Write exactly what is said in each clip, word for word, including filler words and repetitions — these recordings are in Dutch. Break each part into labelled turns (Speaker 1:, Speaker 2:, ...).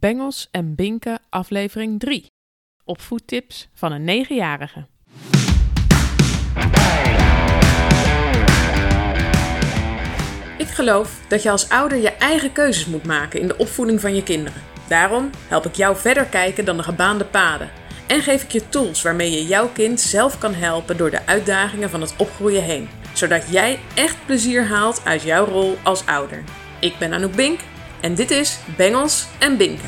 Speaker 1: Bengels en Binke aflevering drie. Opvoedtips van een negenjarige. Ik geloof dat je als ouder je eigen keuzes moet maken in de opvoeding van je kinderen. Daarom help ik jou verder kijken dan de gebaande paden. En geef ik je tools waarmee je jouw kind zelf kan helpen door de uitdagingen van het opgroeien heen. Zodat jij echt plezier haalt uit jouw rol als ouder. Ik ben Anouk Bink en dit is Bengels en Binke.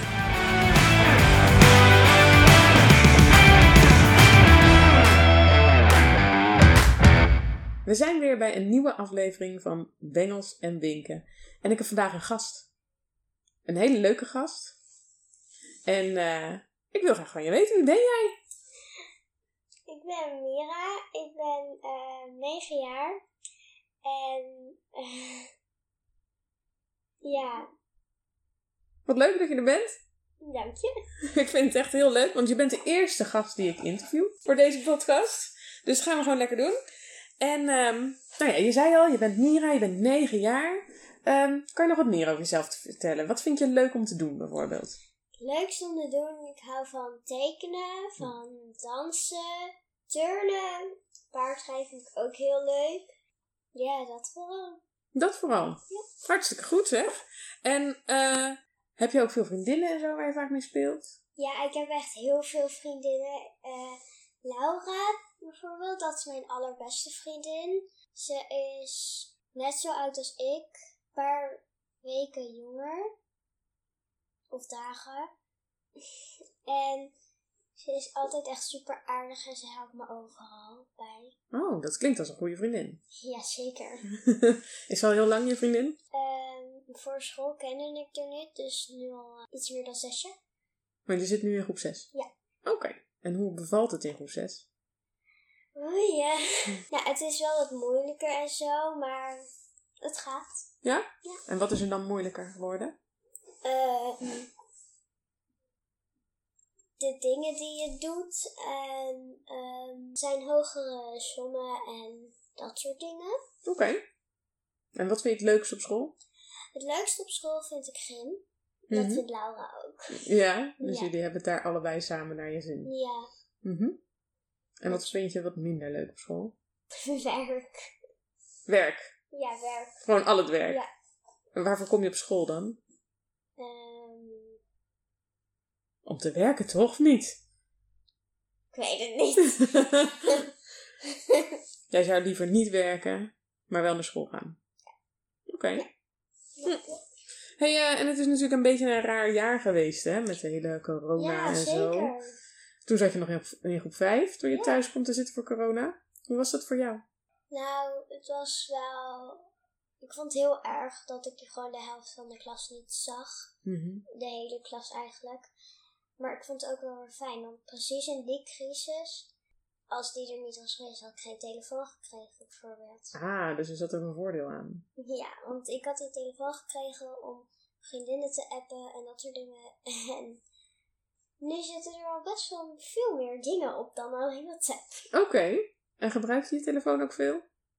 Speaker 1: We zijn weer bij een nieuwe aflevering van Bengels en Binke. En ik heb vandaag een gast. Een hele leuke gast. En uh, ik wil graag van je weten, wie ben jij?
Speaker 2: Ik ben Mira, ik ben uh, negen jaar. En uh, ja.
Speaker 1: Wat leuk dat je er bent.
Speaker 2: Dank je.
Speaker 1: Ik vind het echt heel leuk, want je bent de eerste gast die ik interview voor deze podcast. Dus dat gaan we gewoon lekker doen. En um, nou ja, je zei al, je bent Mira, je bent negen jaar. Um, kan je nog wat meer over jezelf vertellen? Wat vind je leuk om te doen bijvoorbeeld?
Speaker 2: Het leukste om te doen, ik hou van tekenen, van dansen, turnen. Paardrijden vind ik ook heel leuk. Ja, dat vooral.
Speaker 1: Dat vooral?
Speaker 2: Ja. Hartstikke
Speaker 1: goed zeg. En uh, heb je ook veel vriendinnen en zo waar je vaak mee speelt?
Speaker 2: Ja, ik heb echt heel veel vriendinnen. Uh, Laura bijvoorbeeld, dat is mijn allerbeste vriendin. Ze is net zo oud als ik, een paar weken jonger. Of dagen. En ze is altijd echt super aardig en ze helpt me overal bij.
Speaker 1: Oh, dat klinkt als een goede vriendin.
Speaker 2: Ja, zeker.
Speaker 1: Is ze al heel lang je vriendin?
Speaker 2: Um, voor school kende ik haar niet, dus nu al uh, iets meer dan zes jaar.
Speaker 1: Maar je zit nu in groep zes?
Speaker 2: Ja.
Speaker 1: Oké. Okay. En hoe bevalt het in groep zes?
Speaker 2: Oh ja. Nou, het is wel wat moeilijker en zo, maar het gaat.
Speaker 1: Ja?
Speaker 2: Ja.
Speaker 1: En wat is er dan moeilijker geworden?
Speaker 2: Uh, de dingen die je doet en um, zijn hogere sommen en dat soort dingen.
Speaker 1: Oké. Okay. En wat vind je het leukst op school?
Speaker 2: Het leukste op school vind ik gym. Mm-hmm. Dat vindt Laura ook.
Speaker 1: Ja, dus
Speaker 2: ja.
Speaker 1: jullie hebben het daar allebei samen naar je zin.
Speaker 2: Ja.
Speaker 1: Mm-hmm. En wat vind je wat minder leuk op school?
Speaker 2: Werk.
Speaker 1: Werk?
Speaker 2: Ja, werk.
Speaker 1: Gewoon al het werk?
Speaker 2: Ja.
Speaker 1: En waarvoor kom je op school dan?
Speaker 2: Um...
Speaker 1: Om te werken toch, of niet?
Speaker 2: Ik weet het niet.
Speaker 1: Jij zou liever niet werken, maar wel naar school gaan? Oké. Okay.
Speaker 2: Ja.
Speaker 1: Hm. Hey, uh, en het is natuurlijk een beetje een raar jaar geweest, hè? Met de hele corona
Speaker 2: ja,
Speaker 1: en
Speaker 2: zeker.
Speaker 1: zo. Toen zat je nog in groep vijf, toen je
Speaker 2: ja.
Speaker 1: thuis kwam te zitten voor corona. Hoe was dat voor jou?
Speaker 2: Nou, het was wel... Ik vond het heel erg dat ik gewoon de helft van de klas niet zag.
Speaker 1: Mm-hmm.
Speaker 2: De hele klas eigenlijk. Maar ik vond het ook wel weer fijn, want precies in die crisis, als die er niet was geweest, had ik geen telefoon gekregen bijvoorbeeld.
Speaker 1: Ah, dus er zat ook een voordeel aan.
Speaker 2: Ja, want ik had die telefoon gekregen om vriendinnen te appen en dat soort dingen. En nu zitten er al best wel veel meer dingen op dan alleen WhatsApp.
Speaker 1: Oké, okay. En gebruik je je telefoon ook veel?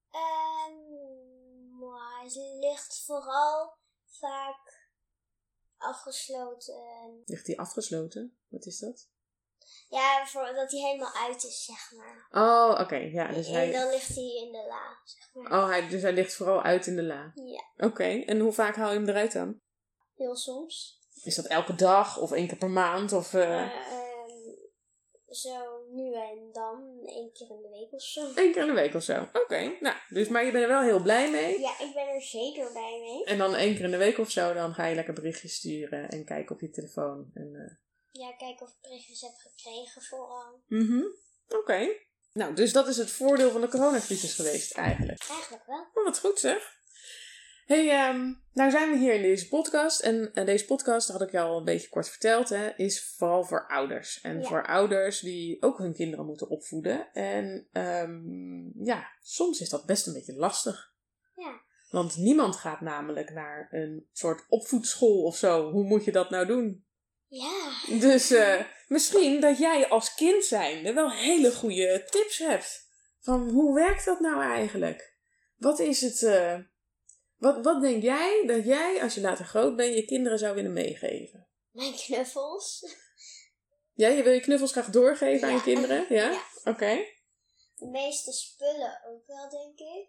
Speaker 2: Um, maar het ligt vooral vaak afgesloten.
Speaker 1: Ligt die afgesloten? Wat is dat?
Speaker 2: Ja, voor, dat hij helemaal uit is, zeg maar.
Speaker 1: Oh, oké. Okay. Ja, dus
Speaker 2: en
Speaker 1: hij...
Speaker 2: dan ligt hij in de la, zeg maar.
Speaker 1: Oh, hij, dus hij ligt vooral uit in de la?
Speaker 2: Ja.
Speaker 1: Oké, okay. En hoe vaak haal je hem eruit dan?
Speaker 2: Heel soms.
Speaker 1: Is dat elke dag of één keer per maand? Of, uh...
Speaker 2: Uh, um, zo nu en dan, één keer in de week of zo.
Speaker 1: Eén keer in de week of zo. Oké, okay. Nou, dus, maar je bent er wel heel blij mee?
Speaker 2: Ja, ik ben er zeker blij mee.
Speaker 1: En dan één keer in de week of zo, dan ga je lekker berichtjes sturen en kijken op je telefoon. En, uh...
Speaker 2: Ja, kijken of ik berichtjes heb gekregen vooral.
Speaker 1: Mhm. Oké. Okay. Nou, dus dat is het voordeel van de coronacrisis geweest eigenlijk.
Speaker 2: Eigenlijk wel.
Speaker 1: Oh, wat goed zeg. Hey, um, nou zijn we hier in deze podcast. En uh, deze podcast, dat had ik je al een beetje kort verteld, hè, is vooral voor ouders. En ja. voor ouders die ook hun kinderen moeten opvoeden. En um, ja, soms is dat best een beetje lastig.
Speaker 2: Ja.
Speaker 1: Want niemand gaat namelijk naar een soort opvoedschool of zo. Hoe moet je dat nou doen?
Speaker 2: Ja.
Speaker 1: Dus uh, misschien dat jij als kind zijnde wel hele goede tips hebt. Van hoe werkt dat nou eigenlijk? Wat is het... Uh, Wat, wat denk jij dat jij, als je later groot bent, je kinderen zou willen meegeven?
Speaker 2: mijn knuffels.
Speaker 1: Ja, je wil je knuffels graag doorgeven
Speaker 2: Ja.
Speaker 1: aan je kinderen? Ja?
Speaker 2: Ja.
Speaker 1: Oké. Okay.
Speaker 2: De meeste spullen ook wel, denk ik.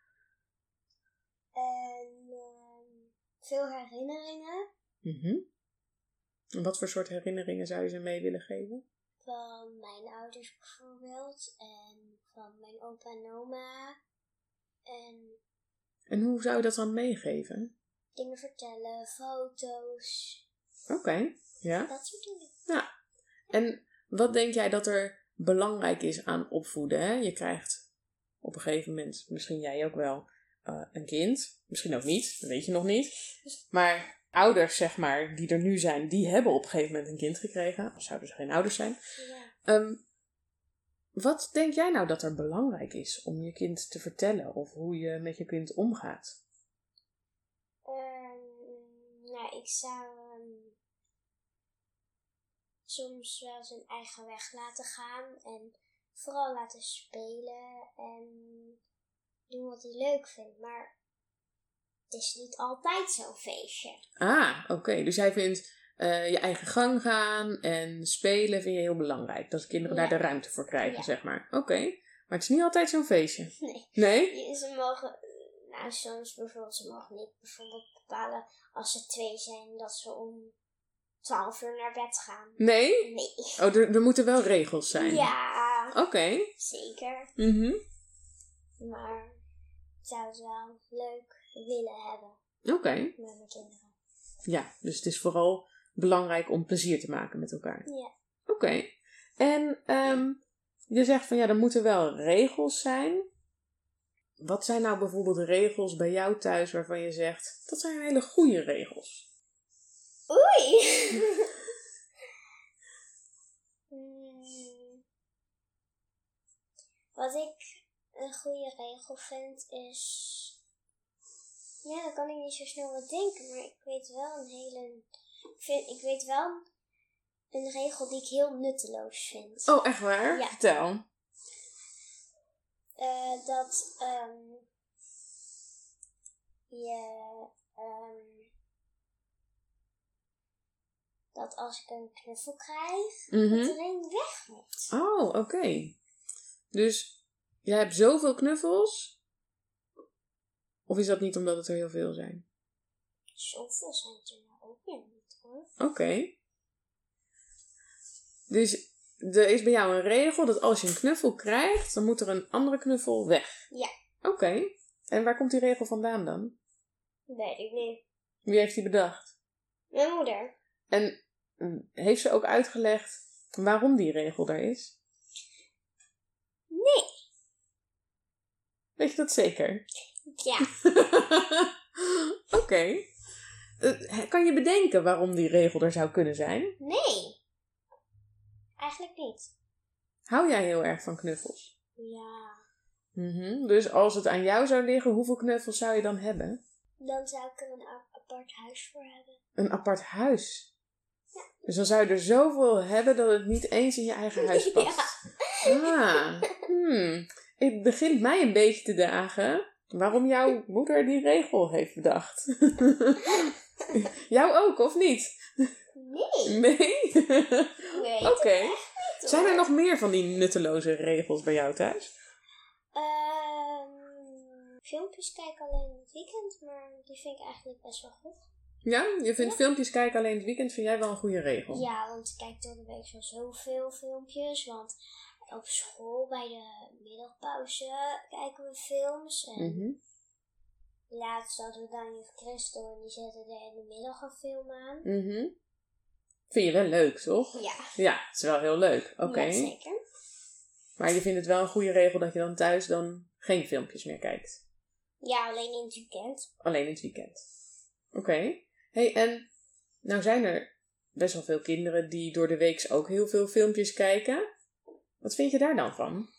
Speaker 2: En uh, veel herinneringen.
Speaker 1: Mm-hmm. En wat voor soort herinneringen zou je ze mee willen geven?
Speaker 2: Van mijn ouders bijvoorbeeld. En van mijn opa en oma. En...
Speaker 1: En hoe zou je dat dan meegeven?
Speaker 2: Dingen vertellen, foto's.
Speaker 1: Oké, okay. Ja.
Speaker 2: Dat soort dingen.
Speaker 1: Ja. En wat denk jij dat er belangrijk is aan opvoeden? Hè? Je krijgt op een gegeven moment, misschien jij ook wel, uh, een kind. Misschien ook niet, dat weet je nog niet. Maar ouders, zeg maar, die er nu zijn, die hebben op een gegeven moment een kind gekregen. Of zouden ze geen ouders zijn.
Speaker 2: Ja.
Speaker 1: Um, wat denk jij nou dat er belangrijk is om je kind te vertellen? Of hoe je met je kind omgaat?
Speaker 2: Um, nou, ik zou um, soms wel zijn eigen weg laten gaan. En vooral laten spelen. En doen wat hij leuk vindt. Maar het is niet altijd zo'n feestje.
Speaker 1: Ah, oké. Okay. Dus jij vindt uh, je eigen gang gaan en spelen vind je heel belangrijk. Dat kinderen ja. daar de ruimte voor krijgen, ja. zeg maar. Oké. Okay. Maar het is niet altijd zo'n feestje.
Speaker 2: Nee.
Speaker 1: Nee?
Speaker 2: Ze mogen, nou soms bijvoorbeeld, ze mogen niet bijvoorbeeld bepalen als ze twee zijn dat ze om twaalf uur naar bed gaan.
Speaker 1: Nee?
Speaker 2: Nee.
Speaker 1: Oh, er, er moeten wel regels zijn.
Speaker 2: Ja.
Speaker 1: Oké. Okay.
Speaker 2: Zeker.
Speaker 1: Mhm.
Speaker 2: Maar ik zou het wel leuk willen hebben.
Speaker 1: Oké. Okay.
Speaker 2: Met mijn kinderen.
Speaker 1: Ja, dus het is vooral belangrijk om plezier te maken met elkaar.
Speaker 2: Ja.
Speaker 1: Oké. Okay. En um, je zegt van ja, er moeten wel regels zijn. Wat zijn nou bijvoorbeeld regels bij jou thuis waarvan je zegt, dat zijn hele goede regels?
Speaker 2: Oei! hmm. Wat ik een goede regel vind is... Ja, dan kan ik niet zo snel wat denken, maar ik weet wel een hele... Ik, vind, ik weet wel een regel die ik heel nutteloos vind.
Speaker 1: Oh, echt waar?
Speaker 2: Ja.
Speaker 1: Vertel.
Speaker 2: Uh, dat um, je... Um, dat als ik een knuffel krijg,
Speaker 1: mm-hmm.
Speaker 2: dat er een weg moet.
Speaker 1: Oh, oké. Okay. Dus jij hebt zoveel knuffels... Of is dat niet omdat het er heel veel zijn?
Speaker 2: Zoveel zijn het er nou ook weer niet, hoor.
Speaker 1: Oké. Okay. Dus er is bij jou een regel dat als je een knuffel krijgt, dan moet er een andere knuffel weg.
Speaker 2: Ja.
Speaker 1: Oké. Okay. En waar komt die regel vandaan dan?
Speaker 2: Weet ik niet.
Speaker 1: Wie heeft die bedacht?
Speaker 2: Mijn moeder.
Speaker 1: En heeft ze ook uitgelegd waarom die regel er is?
Speaker 2: Nee.
Speaker 1: Weet je dat zeker?
Speaker 2: Ja.
Speaker 1: Oké. Okay. Uh, kan je bedenken waarom die regel er zou kunnen zijn?
Speaker 2: Nee. Eigenlijk niet.
Speaker 1: Hou jij heel erg van knuffels?
Speaker 2: Ja.
Speaker 1: Mm-hmm. Dus als het aan jou zou liggen, hoeveel knuffels zou je dan hebben?
Speaker 2: Dan zou ik er een apart huis voor hebben.
Speaker 1: Een apart huis?
Speaker 2: Ja.
Speaker 1: Dus dan zou je er zoveel hebben dat het niet eens in je eigen huis past. Ja. Ah. Hmm. Het begint mij een beetje te dagen waarom jouw moeder die regel heeft bedacht. Jou ook, of niet?
Speaker 2: Nee.
Speaker 1: Nee?
Speaker 2: Nee. Oké.
Speaker 1: Okay. Zijn er nog meer van die nutteloze regels bij jou thuis?
Speaker 2: Um, filmpjes kijken alleen in het weekend, maar die vind ik eigenlijk best wel goed.
Speaker 1: Ja? Je vindt
Speaker 2: ja.
Speaker 1: filmpjes kijken alleen het weekend, vind jij wel een goede regel?
Speaker 2: Ja, want ik kijk door de week wel zoveel filmpjes, want op school bij de middagpauze kijken we films. En
Speaker 1: mm-hmm.
Speaker 2: laatst hadden we dan juf Christel en die zette de hele middag een film aan.
Speaker 1: Mm-hmm. Vind je wel leuk, toch?
Speaker 2: Ja.
Speaker 1: Ja, het is wel heel leuk. Oké. Okay.
Speaker 2: Ja, zeker.
Speaker 1: Maar je vindt het wel een goede regel dat je dan thuis dan geen filmpjes meer kijkt?
Speaker 2: Ja, alleen in het weekend.
Speaker 1: Alleen in het weekend. Oké. Okay. Hey, en nou zijn er best wel veel kinderen die door de week ook heel veel filmpjes kijken. Wat vind je daar dan van?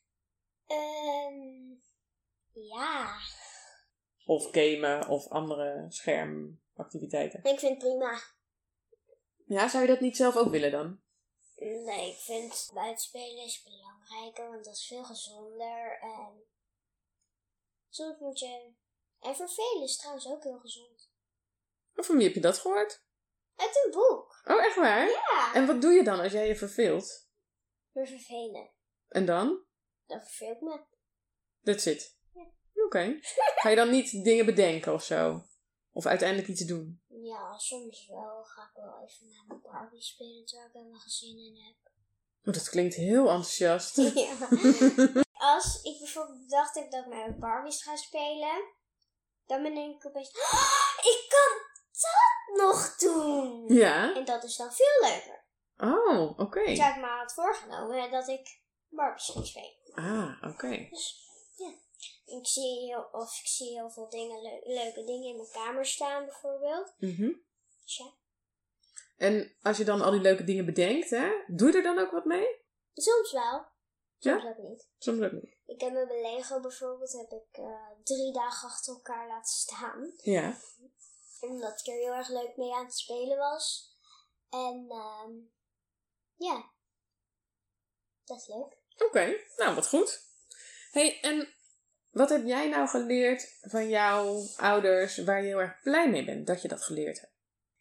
Speaker 2: Um, ja.
Speaker 1: Of gamen of andere schermactiviteiten.
Speaker 2: Ik vind het prima.
Speaker 1: Ja, zou je dat niet zelf ook willen dan?
Speaker 2: Nee, ik vind buitenspelen is belangrijker, want dat is veel gezonder. En soms moet je... En vervelen is trouwens ook heel gezond.
Speaker 1: Of van wie heb je dat gehoord?
Speaker 2: Uit een boek.
Speaker 1: Oh, echt waar?
Speaker 2: Ja.
Speaker 1: En wat doe je dan als jij je verveelt?
Speaker 2: Me vervelen.
Speaker 1: En dan?
Speaker 2: Dat verveelt me.
Speaker 1: That's it.
Speaker 2: Ja.
Speaker 1: Oké. Okay. Ga je dan niet dingen bedenken of zo? Of uiteindelijk iets doen?
Speaker 2: Ja, soms wel. Ga ik wel even naar mijn Barbie spelen terwijl ik helemaal geen zin in heb.
Speaker 1: Oh, dat klinkt heel enthousiast.
Speaker 2: Ja. Als ik bijvoorbeeld bedacht heb dat ik met mijn Barbies ga spelen, dan bedenk ik opeens, oh, ik kan dat nog doen.
Speaker 1: Ja.
Speaker 2: En dat is dan veel leuker.
Speaker 1: Oh, oké. Okay.
Speaker 2: Dus ik me had voorgenomen dat ik Barbies ging spelen.
Speaker 1: Ah, oké. Okay.
Speaker 2: Dus ja, ik zie heel, of ik zie heel veel dingen, le- leuke dingen in mijn kamer staan bijvoorbeeld.
Speaker 1: Mm-hmm.
Speaker 2: Dus ja.
Speaker 1: En als je dan al die leuke dingen bedenkt, hè, doe je er dan ook wat mee?
Speaker 2: Soms wel. Soms
Speaker 1: Ja?
Speaker 2: ook niet.
Speaker 1: Soms ook niet.
Speaker 2: Ik heb met mijn Lego bijvoorbeeld heb ik uh, drie dagen achter elkaar laten staan.
Speaker 1: Ja.
Speaker 2: Omdat ik er heel erg leuk mee aan het spelen was. En uh, ja, dat is leuk.
Speaker 1: Oké, okay. Nou wat goed. Hey, en wat heb jij nou geleerd van jouw ouders waar je heel erg blij mee bent dat je dat geleerd hebt?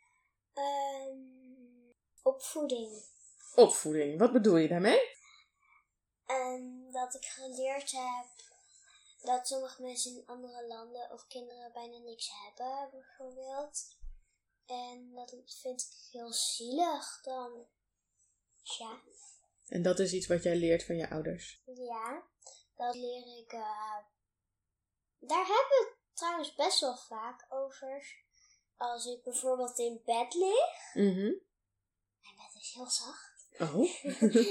Speaker 2: Um, opvoeding.
Speaker 1: Opvoeding, wat bedoel je daarmee?
Speaker 2: En dat ik geleerd heb dat sommige mensen in andere landen of kinderen bijna niks hebben, bijvoorbeeld. En dat vind ik heel zielig dan. Ja.
Speaker 1: En dat is iets wat jij leert van je ouders?
Speaker 2: Ja, dat leer ik. Uh, daar hebben we het trouwens best wel vaak over. Als ik bijvoorbeeld in bed lig.
Speaker 1: Mm-hmm.
Speaker 2: Mijn bed is heel zacht.
Speaker 1: Oh.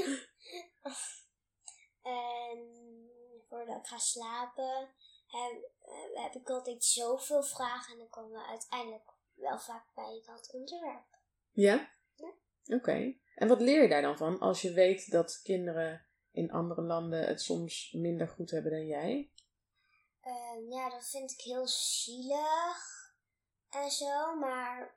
Speaker 2: En voordat ik ga slapen heb, heb ik altijd zoveel vragen. En dan komen we uiteindelijk wel vaak bij dat onderwerp.
Speaker 1: Ja?
Speaker 2: Ja.
Speaker 1: Oké. Okay. En wat leer je daar dan van als je weet dat kinderen in andere landen het soms minder goed hebben dan jij?
Speaker 2: Uh, ja, dat vind ik heel zielig en zo, maar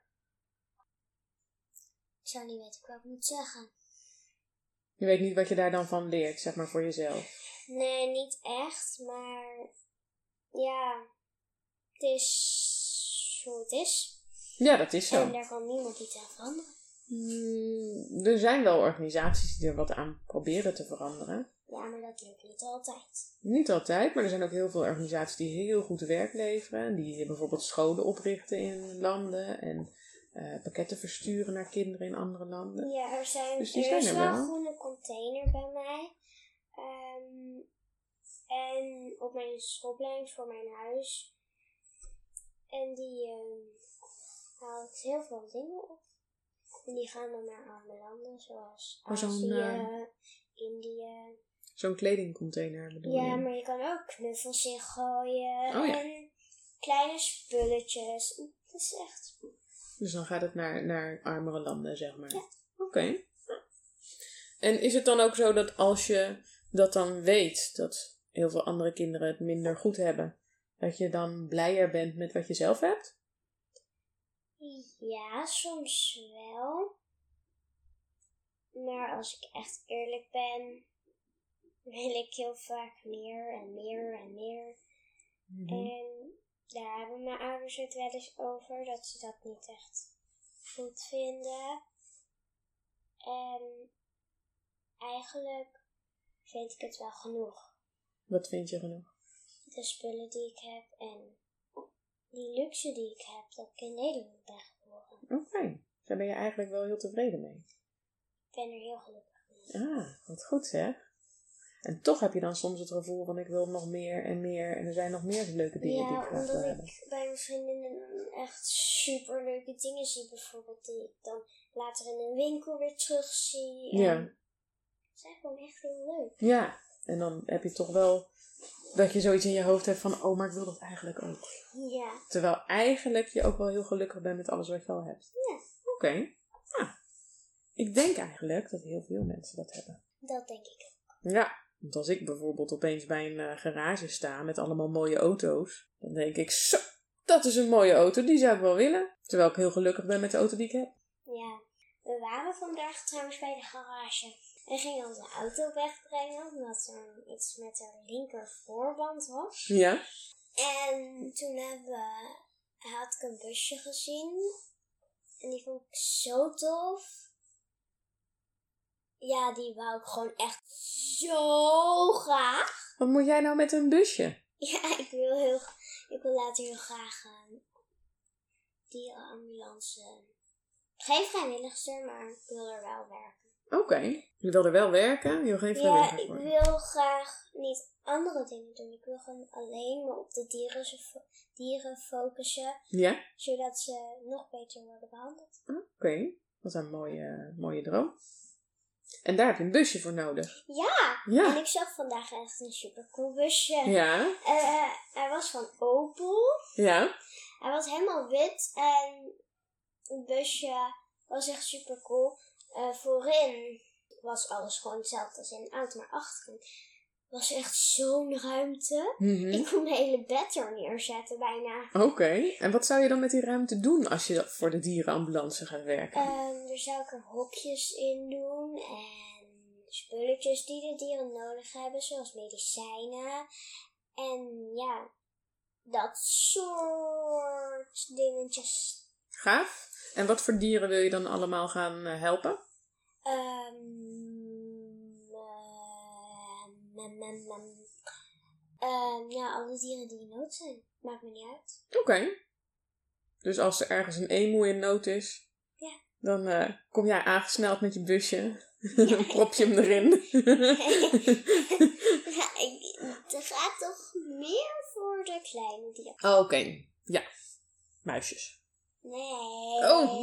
Speaker 2: ik zou niet weten wat ik moet zeggen.
Speaker 1: Je weet niet wat je daar dan van leert, zeg maar, voor jezelf?
Speaker 2: Nee, niet echt, maar ja, het is hoe het is.
Speaker 1: Ja, dat is zo.
Speaker 2: En daar kan niemand iets aan veranderen.
Speaker 1: Hmm, er zijn wel organisaties die er wat aan proberen te veranderen.
Speaker 2: Ja, maar dat lukt niet altijd.
Speaker 1: Niet altijd, maar er zijn ook heel veel organisaties die heel goed werk leveren. Die bijvoorbeeld scholen oprichten in landen en uh, pakketten versturen naar kinderen in andere landen.
Speaker 2: Ja, er, zijn,
Speaker 1: dus
Speaker 2: er
Speaker 1: zijn
Speaker 2: is
Speaker 1: er
Speaker 2: wel
Speaker 1: wel
Speaker 2: een groene container bij mij. Um, en op mijn schoolplein voor mijn huis. En die um, haalt heel veel dingen op. En die gaan dan naar arme landen zoals
Speaker 1: oh,
Speaker 2: Azië,
Speaker 1: uh,
Speaker 2: Indië.
Speaker 1: Zo'n kledingcontainer bedoel
Speaker 2: ja,
Speaker 1: je?
Speaker 2: Ja, maar je kan ook knuffels in gooien.
Speaker 1: Oh, ja.
Speaker 2: En kleine spulletjes. Dat is echt...
Speaker 1: Dus dan gaat het naar, naar armere landen, zeg maar.
Speaker 2: Ja.
Speaker 1: Oké. Okay. En is het dan ook zo dat als je dat dan weet, dat heel veel andere kinderen het minder goed hebben, dat je dan blijer bent met wat je zelf hebt?
Speaker 2: Ja, soms wel. Maar als ik echt eerlijk ben, wil ik heel vaak meer en meer en meer. Mm-hmm. En daar hebben mijn ouders het wel eens over, dat ze dat niet echt goed vinden. En eigenlijk vind ik het wel genoeg.
Speaker 1: Wat vind je genoeg?
Speaker 2: De spullen die ik heb en die luxe die ik heb, dat ik in Nederland ben geboren.
Speaker 1: Oké, okay. Daar ben je eigenlijk wel heel tevreden mee.
Speaker 2: Ik ben er heel gelukkig mee.
Speaker 1: Ah, wat goed zeg. En toch heb je dan soms het gevoel van ik wil nog meer en meer en er zijn nog meer leuke dingen
Speaker 2: ja,
Speaker 1: die ik graag wil hebben.
Speaker 2: Ja, omdat ik bij mijn vriendinnen echt super leuke dingen zie bijvoorbeeld, die ik dan later in een winkel weer terugzie.
Speaker 1: Ja.
Speaker 2: En dat zijn gewoon echt heel leuk.
Speaker 1: Ja, en dan heb je toch wel dat je zoiets in je hoofd hebt van oh, maar ik wil dat eigenlijk ook.
Speaker 2: Ja.
Speaker 1: Terwijl eigenlijk je ook wel heel gelukkig bent met alles wat je al hebt.
Speaker 2: Ja.
Speaker 1: Oké. Okay. Ah. Ik denk eigenlijk dat heel veel mensen dat hebben.
Speaker 2: Dat denk ik ook.
Speaker 1: Ja. Want als ik bijvoorbeeld opeens bij een uh, garage sta met allemaal mooie auto's, dan denk ik, zo, dat is een mooie auto, die zou ik wel willen. Terwijl ik heel gelukkig ben met de auto die ik heb.
Speaker 2: Ja, we waren vandaag trouwens bij de garage en gingen onze auto wegbrengen, omdat er iets met de linker voorband was.
Speaker 1: Ja.
Speaker 2: En toen hebben we, had ik een busje gezien En die vond ik zo tof. Ja, die wou ik gewoon echt zo graag.
Speaker 1: Wat moet jij nou met een busje?
Speaker 2: Ja, ik wil, heel, ik wil later heel graag een dierenambulance. Geen vrijwilligster, maar ik wil er wel werken.
Speaker 1: Oké, okay. Je wil er wel werken, je wil geen vrijwilliger
Speaker 2: Ja, ik
Speaker 1: worden.
Speaker 2: wil graag niet andere dingen doen. Ik wil gewoon alleen maar op de dieren, dieren focussen.
Speaker 1: Ja?
Speaker 2: Zodat ze nog beter worden behandeld.
Speaker 1: Oké, okay. Dat is een mooie, mooie droom. En daar heb je een busje voor nodig.
Speaker 2: Ja,
Speaker 1: ja.
Speaker 2: En ik zag vandaag echt een supercool busje.
Speaker 1: Ja.
Speaker 2: Uh, hij was van Opel.
Speaker 1: Ja.
Speaker 2: Hij was helemaal wit en het busje was echt supercool. Uh, voorin was alles gewoon hetzelfde als in een auto, maar achterin was echt zo'n ruimte.
Speaker 1: Mm-hmm.
Speaker 2: Ik kon mijn hele bed er neerzetten bijna.
Speaker 1: Oké, okay. En wat zou je dan met die ruimte doen als je voor de dierenambulance gaat werken?
Speaker 2: Um, er zou ik er hokjes in doen en spulletjes die de dieren nodig hebben, zoals medicijnen. En ja, dat soort dingetjes.
Speaker 1: Gaaf. En wat voor dieren wil je dan allemaal gaan uh, helpen?
Speaker 2: Um, uh, nam, nam, nam. Uh, ja, alle dieren die in nood zijn. Maakt me niet uit.
Speaker 1: Oké. Okay. Dus als er ergens een emo in nood is,
Speaker 2: ja.
Speaker 1: dan uh, kom jij aangesneld met je busje. Ja. Prop je hem erin.
Speaker 2: Ja, ik, het gaat toch meer voor de kleine dieren.
Speaker 1: Oh, oké. Okay. Ja. Muisjes.
Speaker 2: Nee.
Speaker 1: Oh.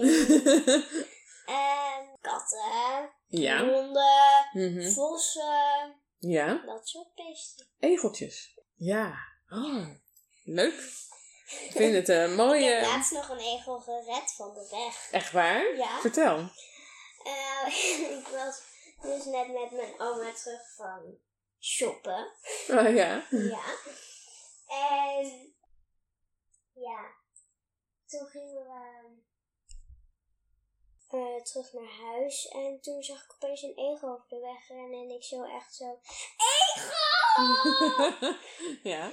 Speaker 2: um, katten.
Speaker 1: Ja.
Speaker 2: Honden.
Speaker 1: Mm-hmm.
Speaker 2: Vossen.
Speaker 1: Ja.
Speaker 2: Dat soort beesten.
Speaker 1: Egeltjes. Ja. Oh, leuk. Ik vind het een mooie...
Speaker 2: Ik heb laatst nog een egel gered van de weg.
Speaker 1: Echt waar?
Speaker 2: Ja.
Speaker 1: Vertel.
Speaker 2: Uh, ik was dus net met mijn oma terug van shoppen.
Speaker 1: Oh ja.
Speaker 2: Ja. En ja, toen gingen we uh, terug naar huis en toen zag ik opeens een egel over de weg rennen en ik zo echt zo, egel!
Speaker 1: Ja.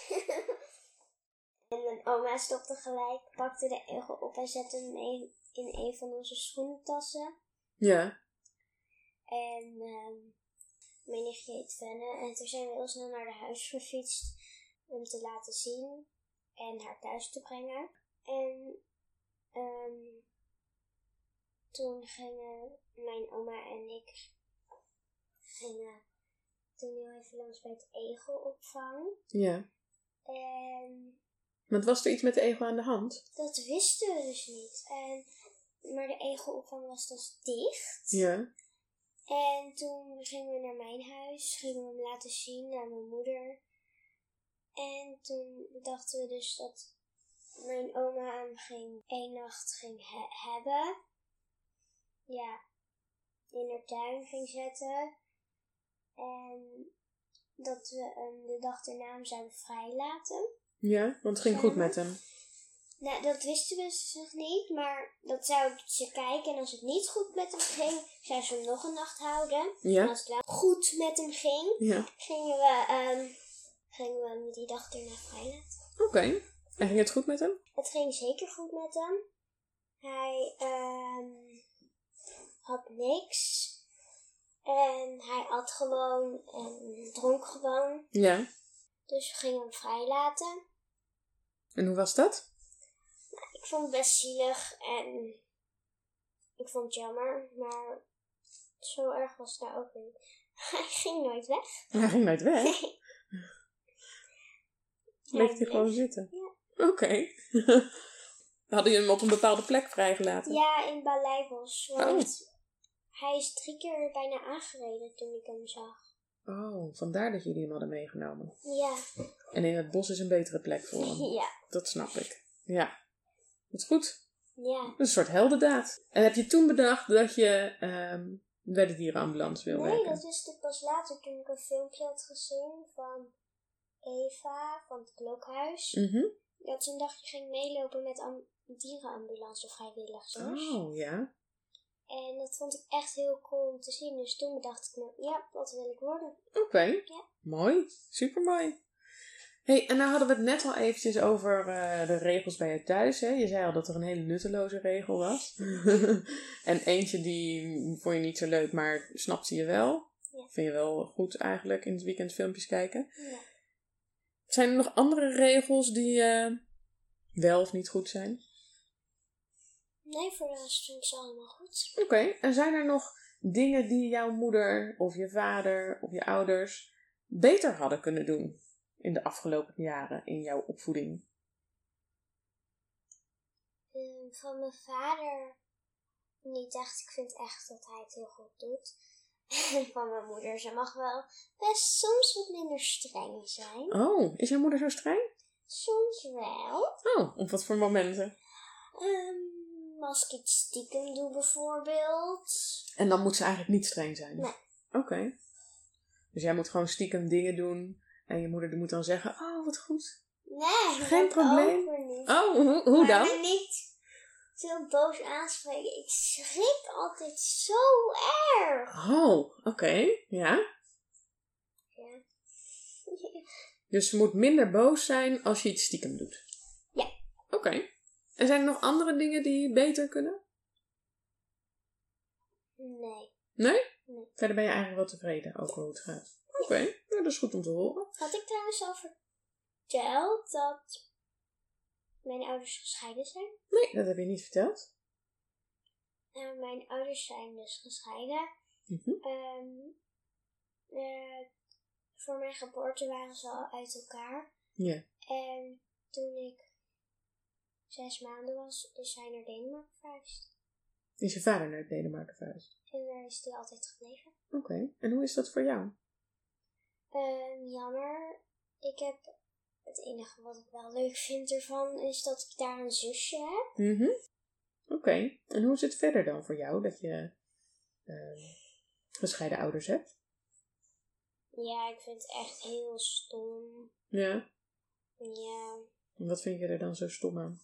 Speaker 2: En mijn oma stopte gelijk, pakte de egel op en zette hem in, in een van onze schoententassen.
Speaker 1: Ja.
Speaker 2: En um, mijn nichtje heet Venne. En toen zijn we heel snel naar de huis gefietst om te laten zien en haar thuis te brengen. En um, toen gingen mijn oma en ik gingen toen heel even langs bij het egelopvang.
Speaker 1: Ja.
Speaker 2: En
Speaker 1: want was er iets met de egel aan de hand?
Speaker 2: Dat wisten we dus niet. En, maar de egelopvang was dus dicht.
Speaker 1: Ja.
Speaker 2: En toen gingen we naar mijn huis, gingen we hem laten zien aan mijn moeder. En toen dachten we dus dat mijn oma hem ging één nacht ging he- hebben. Ja, in haar tuin ging zetten. En dat we hem de dag erna hem zouden vrijlaten.
Speaker 1: Ja, want het ging goed met hem.
Speaker 2: Nou, dat wisten we dus nog niet, maar dat zouden ze kijken. En als het niet goed met hem ging, zouden ze hem nog een nacht houden.
Speaker 1: Ja.
Speaker 2: En als het wel goed met hem ging,
Speaker 1: ja.
Speaker 2: gingen, we, um, gingen we hem die dag erna vrijlaten.
Speaker 1: Oké. Okay. En ging het goed met hem?
Speaker 2: Het ging zeker goed met hem. Hij um, had niks. En hij at gewoon en dronk gewoon.
Speaker 1: Ja.
Speaker 2: Dus we gingen hem vrijlaten.
Speaker 1: En hoe was dat?
Speaker 2: Nou, ik vond het best zielig en ik vond het jammer, maar zo erg was het nou ook niet. Hij ging nooit weg.
Speaker 1: Hij ging nooit weg?
Speaker 2: Nee.
Speaker 1: Bleef hij gewoon zitten?
Speaker 2: Ja.
Speaker 1: Oké. Okay. Hadden je hem op een bepaalde plek vrijgelaten?
Speaker 2: Ja, in Baleibos. Want
Speaker 1: oh.
Speaker 2: hij is drie keer bijna aangereden toen ik hem zag.
Speaker 1: Oh, vandaar dat jullie hem hadden meegenomen.
Speaker 2: Ja.
Speaker 1: En in het bos is een betere plek voor hem.
Speaker 2: Ja.
Speaker 1: Dat snap ik. Ja. Dat is goed.
Speaker 2: Ja.
Speaker 1: Dat is een soort heldendaad. En heb je toen bedacht dat je um, bij de dierenambulance wil
Speaker 2: nee,
Speaker 1: werken?
Speaker 2: Nee, dat wist ik pas later toen ik een filmpje had gezien van Eva van het Klokhuis.
Speaker 1: Mm-hmm.
Speaker 2: Dat ze een dagje ging meelopen met am- dierenambulance vrijwilligers.
Speaker 1: Oh, ja.
Speaker 2: En dat vond ik echt heel cool om te zien. Dus toen dacht ik, nou ja, wat wil ik worden?
Speaker 1: Oké, okay.
Speaker 2: Ja.
Speaker 1: Mooi. Supermooi. Hey, en nou hadden we het net al eventjes over uh, de regels bij je thuis. Hè? Je zei al dat er een hele nutteloze regel was. En eentje die vond je niet zo leuk, maar snapte je wel.
Speaker 2: Ja.
Speaker 1: Vind je wel goed eigenlijk in het weekend filmpjes kijken.
Speaker 2: Ja.
Speaker 1: Zijn er nog andere regels die uh, wel of niet goed zijn?
Speaker 2: Nee, voor de rest vind ik ze allemaal goed.
Speaker 1: Oké, okay. En zijn er nog dingen die jouw moeder of je vader of je ouders beter hadden kunnen doen in de afgelopen jaren in jouw opvoeding?
Speaker 2: Um, van mijn vader niet echt. Ik vind echt dat hij het heel goed doet. En van mijn moeder, ze mag wel best soms wat minder streng zijn.
Speaker 1: Oh, is jouw moeder zo streng?
Speaker 2: Soms wel.
Speaker 1: Oh, op wat voor momenten?
Speaker 2: Um, als ik iets stiekem doe bijvoorbeeld.
Speaker 1: En dan moet ze eigenlijk niet streng zijn?
Speaker 2: Nee.
Speaker 1: Oké. Okay. Dus jij moet gewoon stiekem dingen doen en je moeder die moet dan zeggen, oh wat goed.
Speaker 2: Nee,
Speaker 1: geen probleem.
Speaker 2: Niet.
Speaker 1: Oh, hoe, hoe dan?
Speaker 2: Maar niet zo boos aanspreken. Ik schrik altijd zo erg.
Speaker 1: Oh, oké. Okay. Ja?
Speaker 2: Ja.
Speaker 1: Dus ze moet minder boos zijn als je iets stiekem doet?
Speaker 2: Ja.
Speaker 1: Oké. Okay. En zijn er nog andere dingen die beter kunnen?
Speaker 2: Nee.
Speaker 1: Nee?
Speaker 2: Nee.
Speaker 1: Verder ben je eigenlijk wel tevreden over hoe het gaat? Oké, okay. Nou, dat is goed om te horen.
Speaker 2: Had ik trouwens al verteld dat mijn ouders gescheiden zijn?
Speaker 1: Nee, dat heb je niet verteld.
Speaker 2: Uh, mijn ouders zijn dus gescheiden.
Speaker 1: Mm-hmm.
Speaker 2: Um, uh, voor mijn geboorte waren ze al uit elkaar.
Speaker 1: Ja. Yeah.
Speaker 2: En toen ik zes maanden was, is hij naar Denemarken verhuisd.
Speaker 1: Is je vader naar Denemarken verhuisd?
Speaker 2: En daar is hij altijd gebleven.
Speaker 1: Oké, okay. En hoe is dat voor jou?
Speaker 2: Um, jammer. Ik heb... Het enige wat ik wel leuk vind ervan is dat ik daar een zusje heb.
Speaker 1: Mm-hmm. Oké, okay. En hoe is het verder dan voor jou dat je uh, gescheiden ouders hebt?
Speaker 2: Ja, ik vind het echt heel stom.
Speaker 1: Ja?
Speaker 2: Ja.
Speaker 1: En wat vind je er dan zo stom aan?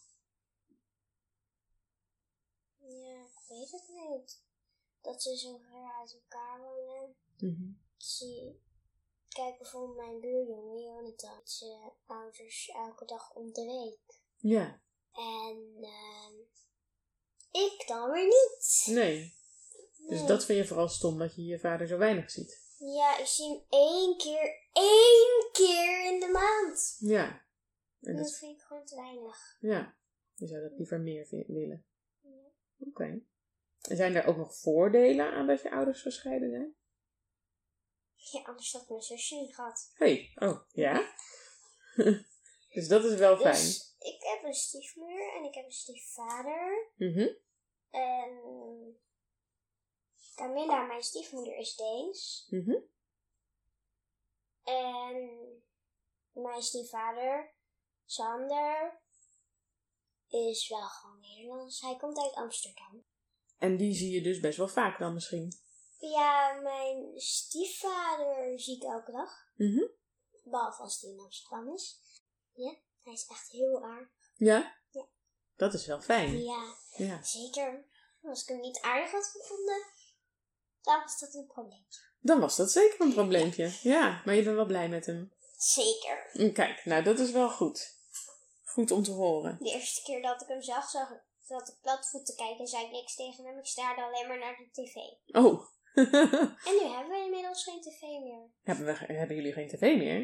Speaker 2: Ja, ik weet het niet. Dat ze zo ver uit elkaar wonen.
Speaker 1: Mm-hmm.
Speaker 2: Zie... Kijk bijvoorbeeld mijn buurjongen Jonathan. Zijn ouders elke dag om de week.
Speaker 1: Ja.
Speaker 2: En uh, ik dan weer niet.
Speaker 1: Nee. Dus nee. Dat vind je vooral stom dat je je vader zo weinig ziet.
Speaker 2: Ja, ik zie hem één keer, één keer in de maand.
Speaker 1: Ja.
Speaker 2: En dat, dat vind ik gewoon te weinig.
Speaker 1: Ja. Je zou dat liever meer v- willen.
Speaker 2: Ja.
Speaker 1: Oké. Okay. En zijn er ook nog voordelen aan dat je ouders gescheiden zijn?
Speaker 2: Ja, anders had mijn zusje niet gehad.
Speaker 1: Hé, hey. Oh, ja? Dus dat is wel fijn.
Speaker 2: Dus ik heb een stiefmoeder en ik heb een stiefvader.
Speaker 1: Mm-hmm.
Speaker 2: En Camilla, mijn stiefmoeder, is Deens.
Speaker 1: Mm-hmm.
Speaker 2: En mijn stiefvader, Sander, is wel gewoon Nederlands. Hij komt uit Amsterdam.
Speaker 1: En die zie je dus best wel vaak dan misschien?
Speaker 2: Ja, mijn stiefvader zie ik elke dag.
Speaker 1: Mm-hmm.
Speaker 2: Behalve als hij in Amsterdam is. Ja, hij is echt heel aardig.
Speaker 1: Ja?
Speaker 2: Ja.
Speaker 1: Dat is wel fijn.
Speaker 2: Ja,
Speaker 1: ja.
Speaker 2: Zeker. Als ik hem niet aardig had gevonden, dan was dat een probleempje.
Speaker 1: Dan was dat zeker een probleempje. Ja, maar je bent wel blij met hem.
Speaker 2: Zeker.
Speaker 1: Kijk, nou dat is wel goed. Goed om te horen.
Speaker 2: De eerste keer dat ik hem zag, zag ik, zat ik platvoet te kijken en zei ik niks tegen hem. Ik staarde alleen maar naar de tv.
Speaker 1: Oh.
Speaker 2: En nu hebben we inmiddels geen tv meer.
Speaker 1: Hebben, we, hebben jullie geen tv meer?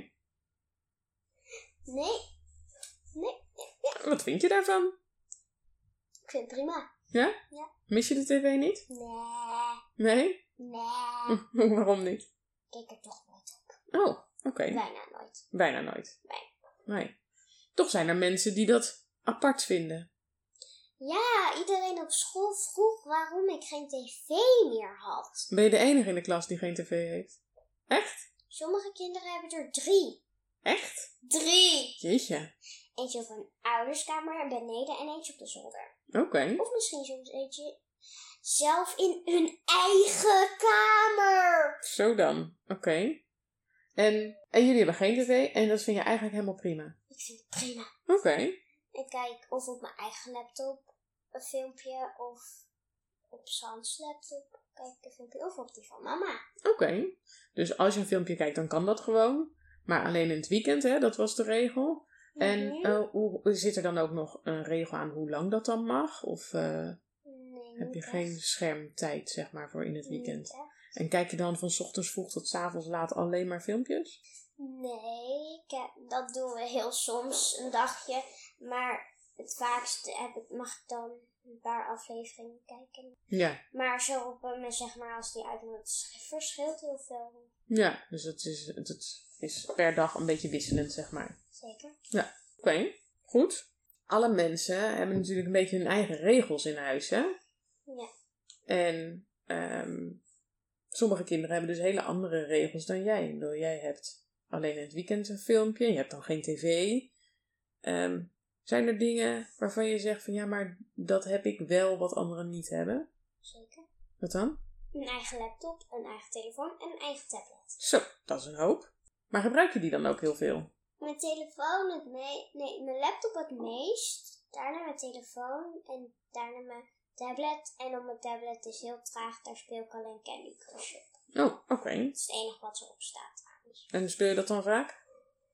Speaker 2: Nee. Nee. Ja.
Speaker 1: Wat vind je daarvan?
Speaker 2: Ik vind het prima.
Speaker 1: Ja?
Speaker 2: Ja.
Speaker 1: Mis je de tv niet?
Speaker 2: Nee.
Speaker 1: Nee?
Speaker 2: Nee.
Speaker 1: Waarom niet?
Speaker 2: Ik kijk er toch nooit op.
Speaker 1: Oh, oké. Okay.
Speaker 2: Bijna nooit.
Speaker 1: Bijna nooit.
Speaker 2: Nee.
Speaker 1: Nee. Toch zijn er mensen die dat apart vinden.
Speaker 2: Ja, iedereen op school vroeg waarom ik geen tv meer had.
Speaker 1: Ben je de enige in de klas die geen tv heeft? Echt?
Speaker 2: Sommige kinderen hebben er drie.
Speaker 1: Echt?
Speaker 2: Drie!
Speaker 1: Jeetje.
Speaker 2: Eentje op een ouderskamer beneden en eentje op de zolder.
Speaker 1: Oké. Okay.
Speaker 2: Of misschien soms eentje zelf in hun eigen kamer.
Speaker 1: Zo dan. Oké. Okay. En, en jullie hebben geen tv en dat vind je eigenlijk helemaal prima?
Speaker 2: Ik vind het prima.
Speaker 1: Oké. Okay.
Speaker 2: Ik kijk of op mijn eigen laptop een filmpje of op Sans laptop kijk ik een filmpje of op die van mama.
Speaker 1: Oké. Okay. Dus als je een filmpje kijkt dan kan dat gewoon. Maar alleen in het weekend, hè, dat was de regel. En
Speaker 2: Mhm.
Speaker 1: uh, hoe, zit er dan ook nog een regel aan hoe lang dat dan mag? Of uh,
Speaker 2: Nee,
Speaker 1: heb je
Speaker 2: niet
Speaker 1: geen
Speaker 2: echt.
Speaker 1: schermtijd, zeg maar, voor in het weekend?
Speaker 2: Niet echt.
Speaker 1: En kijk je dan van 's ochtends vroeg tot 's avonds laat alleen maar filmpjes?
Speaker 2: Nee, ik heb, dat doen we heel soms, een dagje. Maar het vaakst heb ik, mag ik dan een paar afleveringen kijken.
Speaker 1: Ja.
Speaker 2: Maar zo op een, zeg maar, als die uitkomt, het verschilt heel veel.
Speaker 1: Ja, dus het is, het is per dag een beetje wisselend, zeg maar.
Speaker 2: Zeker.
Speaker 1: Ja, oké. Okay. Goed. Alle mensen hebben natuurlijk een beetje hun eigen regels in huis, hè?
Speaker 2: Ja.
Speaker 1: En um, sommige kinderen hebben dus hele andere regels dan jij. Ik bedoel, jij hebt alleen in het weekend een filmpje, je hebt dan geen tv. Um, zijn er dingen waarvan je zegt van ja, maar dat heb ik wel wat anderen niet hebben?
Speaker 2: Zeker.
Speaker 1: Wat dan?
Speaker 2: Een eigen laptop, een eigen telefoon en een eigen tablet.
Speaker 1: Zo, dat is een hoop. Maar gebruik je die dan ook heel veel?
Speaker 2: Mijn telefoon het me- nee, mijn laptop het meest. Daarna mijn telefoon en daarna mijn tablet. En op mijn tablet is heel traag, daar speel ik alleen Candy Crush op.
Speaker 1: Oh, oké. Okay.
Speaker 2: Dat is het enige wat erop staat trouwens.
Speaker 1: En speel je dat dan vaak?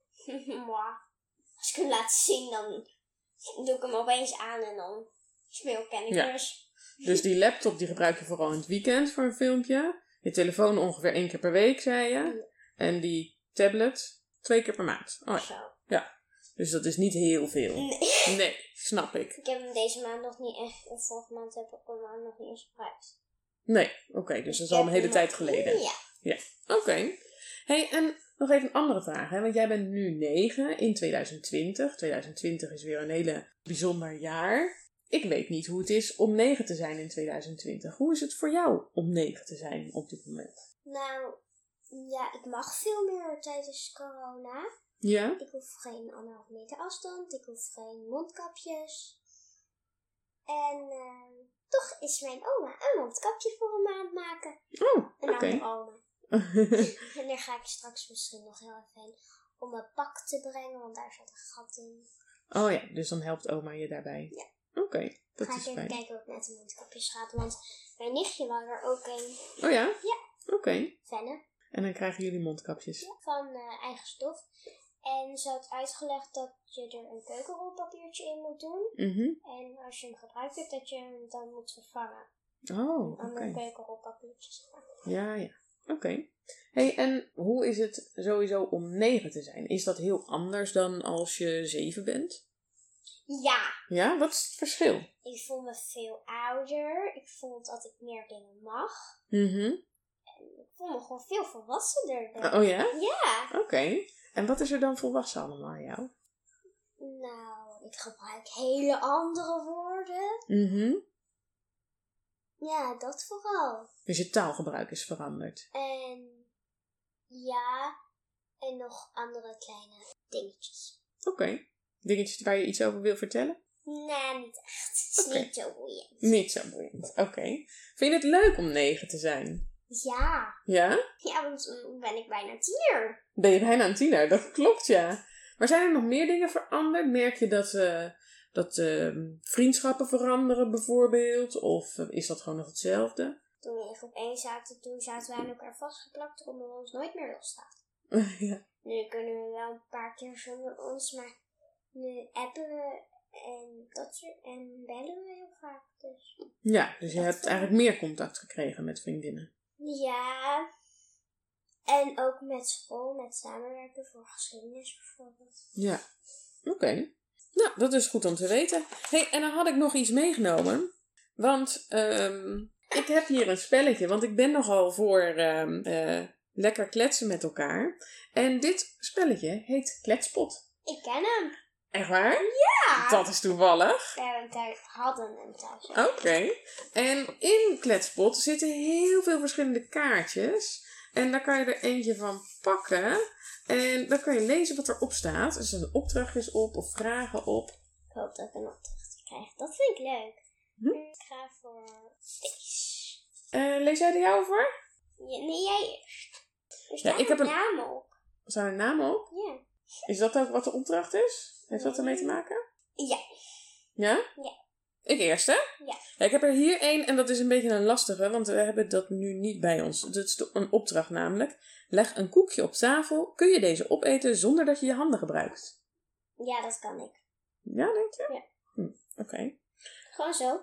Speaker 2: Als ik hem laat zien, dan doe ik hem opeens aan en dan speel ik Candy Crush.
Speaker 1: Ja. Dus die laptop die gebruik je vooral in het weekend voor een filmpje. Je telefoon ongeveer één keer per week, zei je. Ja. En die tablet twee keer per maand. Oh,
Speaker 2: Zo.
Speaker 1: Ja. Dus dat is niet heel veel.
Speaker 2: Nee.
Speaker 1: Nee, snap ik.
Speaker 2: Ik heb hem deze maand nog niet echt, of vorige maand heb ik hem nog niet eens gebruikt.
Speaker 1: Nee, oké. Okay, dus dat is al een hele tijd geleden.
Speaker 2: Ja.
Speaker 1: Ja, oké. Okay. Hey, en nog even een andere vraag. Hè? Want jij bent nu negen in tweeduizend twintig. tweeduizend twintig is weer een hele bijzonder jaar. Ik weet niet hoe het is om negen te zijn in tweeduizend twintig. Hoe is het voor jou om negen te zijn op dit moment?
Speaker 2: Nou, ja, ik mag veel meer tijdens corona.
Speaker 1: Ja?
Speaker 2: Ik hoef geen anderhalf meter afstand. Ik hoef geen mondkapjes. En uh, toch is mijn oma een mondkapje voor een maand maken.
Speaker 1: Oh, oké.
Speaker 2: Een
Speaker 1: okay.
Speaker 2: andere oma. En daar ga ik straks misschien nog heel even heen om mijn pak te brengen, want daar zat een gat in.
Speaker 1: Oh ja, dus dan helpt oma je daarbij.
Speaker 2: Ja.
Speaker 1: Oké, okay, dat
Speaker 2: ga
Speaker 1: is
Speaker 2: ik even
Speaker 1: fijn.
Speaker 2: kijken hoe het met de mondkapjes gaat, want mijn nichtje wou er ook een.
Speaker 1: Oh ja?
Speaker 2: Ja.
Speaker 1: Oké. Okay.
Speaker 2: Venne.
Speaker 1: En dan krijgen jullie mondkapjes?
Speaker 2: Ja, van uh, eigen stof. En ze had uitgelegd dat je er een keukenrolpapiertje in moet doen.
Speaker 1: Mm-hmm.
Speaker 2: En als je hem gebruikt hebt, dat je hem dan moet vervangen.
Speaker 1: Oh, oké.
Speaker 2: Een ander
Speaker 1: Okay.
Speaker 2: keukenrolpapiertje.
Speaker 1: Ja, ja. Oké. Okay. Hey, en hoe is het sowieso om negen te zijn? Is dat heel anders dan als je zeven bent?
Speaker 2: Ja.
Speaker 1: Ja, wat is het verschil?
Speaker 2: Ik voel me veel ouder. Ik voel dat ik meer dingen mag.
Speaker 1: Mm-hmm.
Speaker 2: En ik voel me gewoon veel volwassener.
Speaker 1: Oh ja?
Speaker 2: Ja.
Speaker 1: Oké. Okay. En wat is er dan volwassen allemaal aan jou?
Speaker 2: Nou, ik gebruik hele andere woorden.
Speaker 1: Mm-hmm.
Speaker 2: Ja, dat vooral.
Speaker 1: Dus je taalgebruik is veranderd?
Speaker 2: En ja, en nog andere kleine dingetjes.
Speaker 1: Oké. Okay. Dingetjes waar je iets over wil vertellen?
Speaker 2: Nee, niet echt. Het is
Speaker 1: okay.
Speaker 2: niet zo boeiend.
Speaker 1: Niet zo boeiend, oké. Okay. Vind je het leuk om negen te zijn?
Speaker 2: Ja.
Speaker 1: Ja?
Speaker 2: Ja, want dan ben ik bijna tiener.
Speaker 1: Ben je bijna een tiener, dat klopt ja. Maar zijn er nog meer dingen veranderd? Merk je dat, uh, dat uh, vriendschappen veranderen bijvoorbeeld? Of uh, is dat gewoon nog hetzelfde?
Speaker 2: Toen we in groep één zaten, toen zaten we aan elkaar vastgeplakt konden we ons nooit meer loslaten.
Speaker 1: Ja.
Speaker 2: Nu kunnen we wel een paar keer zonder ons, maar nu appen we en, dat soort, en bellen we heel vaak. Dus.
Speaker 1: Ja, dus je dat hebt eigenlijk meer contact gekregen met vriendinnen.
Speaker 2: Ja, en ook met school, met samenwerken voor geschiedenis bijvoorbeeld.
Speaker 1: Ja, oké. Okay. Nou, dat is goed om te weten. Hey, en dan had ik nog iets meegenomen. Want um, ik heb hier een spelletje, want ik ben nogal voor um, uh, lekker kletsen met elkaar. En dit spelletje heet Kletspot.
Speaker 2: Ik ken hem.
Speaker 1: Echt waar?
Speaker 2: Ja.
Speaker 1: Dat is toevallig.
Speaker 2: We hebben hem thuis, hadden hem thuis.
Speaker 1: Oké. Okay. En in Kletspot zitten heel veel verschillende kaartjes. En daar kan je er eentje van pakken. En dan kan je lezen wat erop staat. Er staan opdrachtjes op of vragen op.
Speaker 2: Ik hoop dat ik een opdracht krijg. Dat vind ik leuk.
Speaker 1: Hm?
Speaker 2: Ik ga voor deze.
Speaker 1: Uh, lees jij de jouwe voor?
Speaker 2: Ja, nee, jij eerst. Er staat
Speaker 1: ja, ik heb
Speaker 2: een
Speaker 1: een
Speaker 2: naam op.
Speaker 1: Staan er namen op?
Speaker 2: Ja.
Speaker 1: Is dat ook wat de opdracht is? Heeft
Speaker 2: nee.
Speaker 1: dat ermee te maken?
Speaker 2: Ja.
Speaker 1: Ja?
Speaker 2: Ja.
Speaker 1: Ik eerst, hè?
Speaker 2: Ja.
Speaker 1: Ja, ik heb er hier één en dat is een beetje een lastige, want we hebben dat nu niet bij ons. Dat is een opdracht namelijk. Leg een koekje op tafel. Kun je deze opeten zonder dat je je handen gebruikt?
Speaker 2: Ja, dat kan ik.
Speaker 1: Ja, denk je?
Speaker 2: Ja.
Speaker 1: Hm, Oké. Okay.
Speaker 2: Gewoon zo.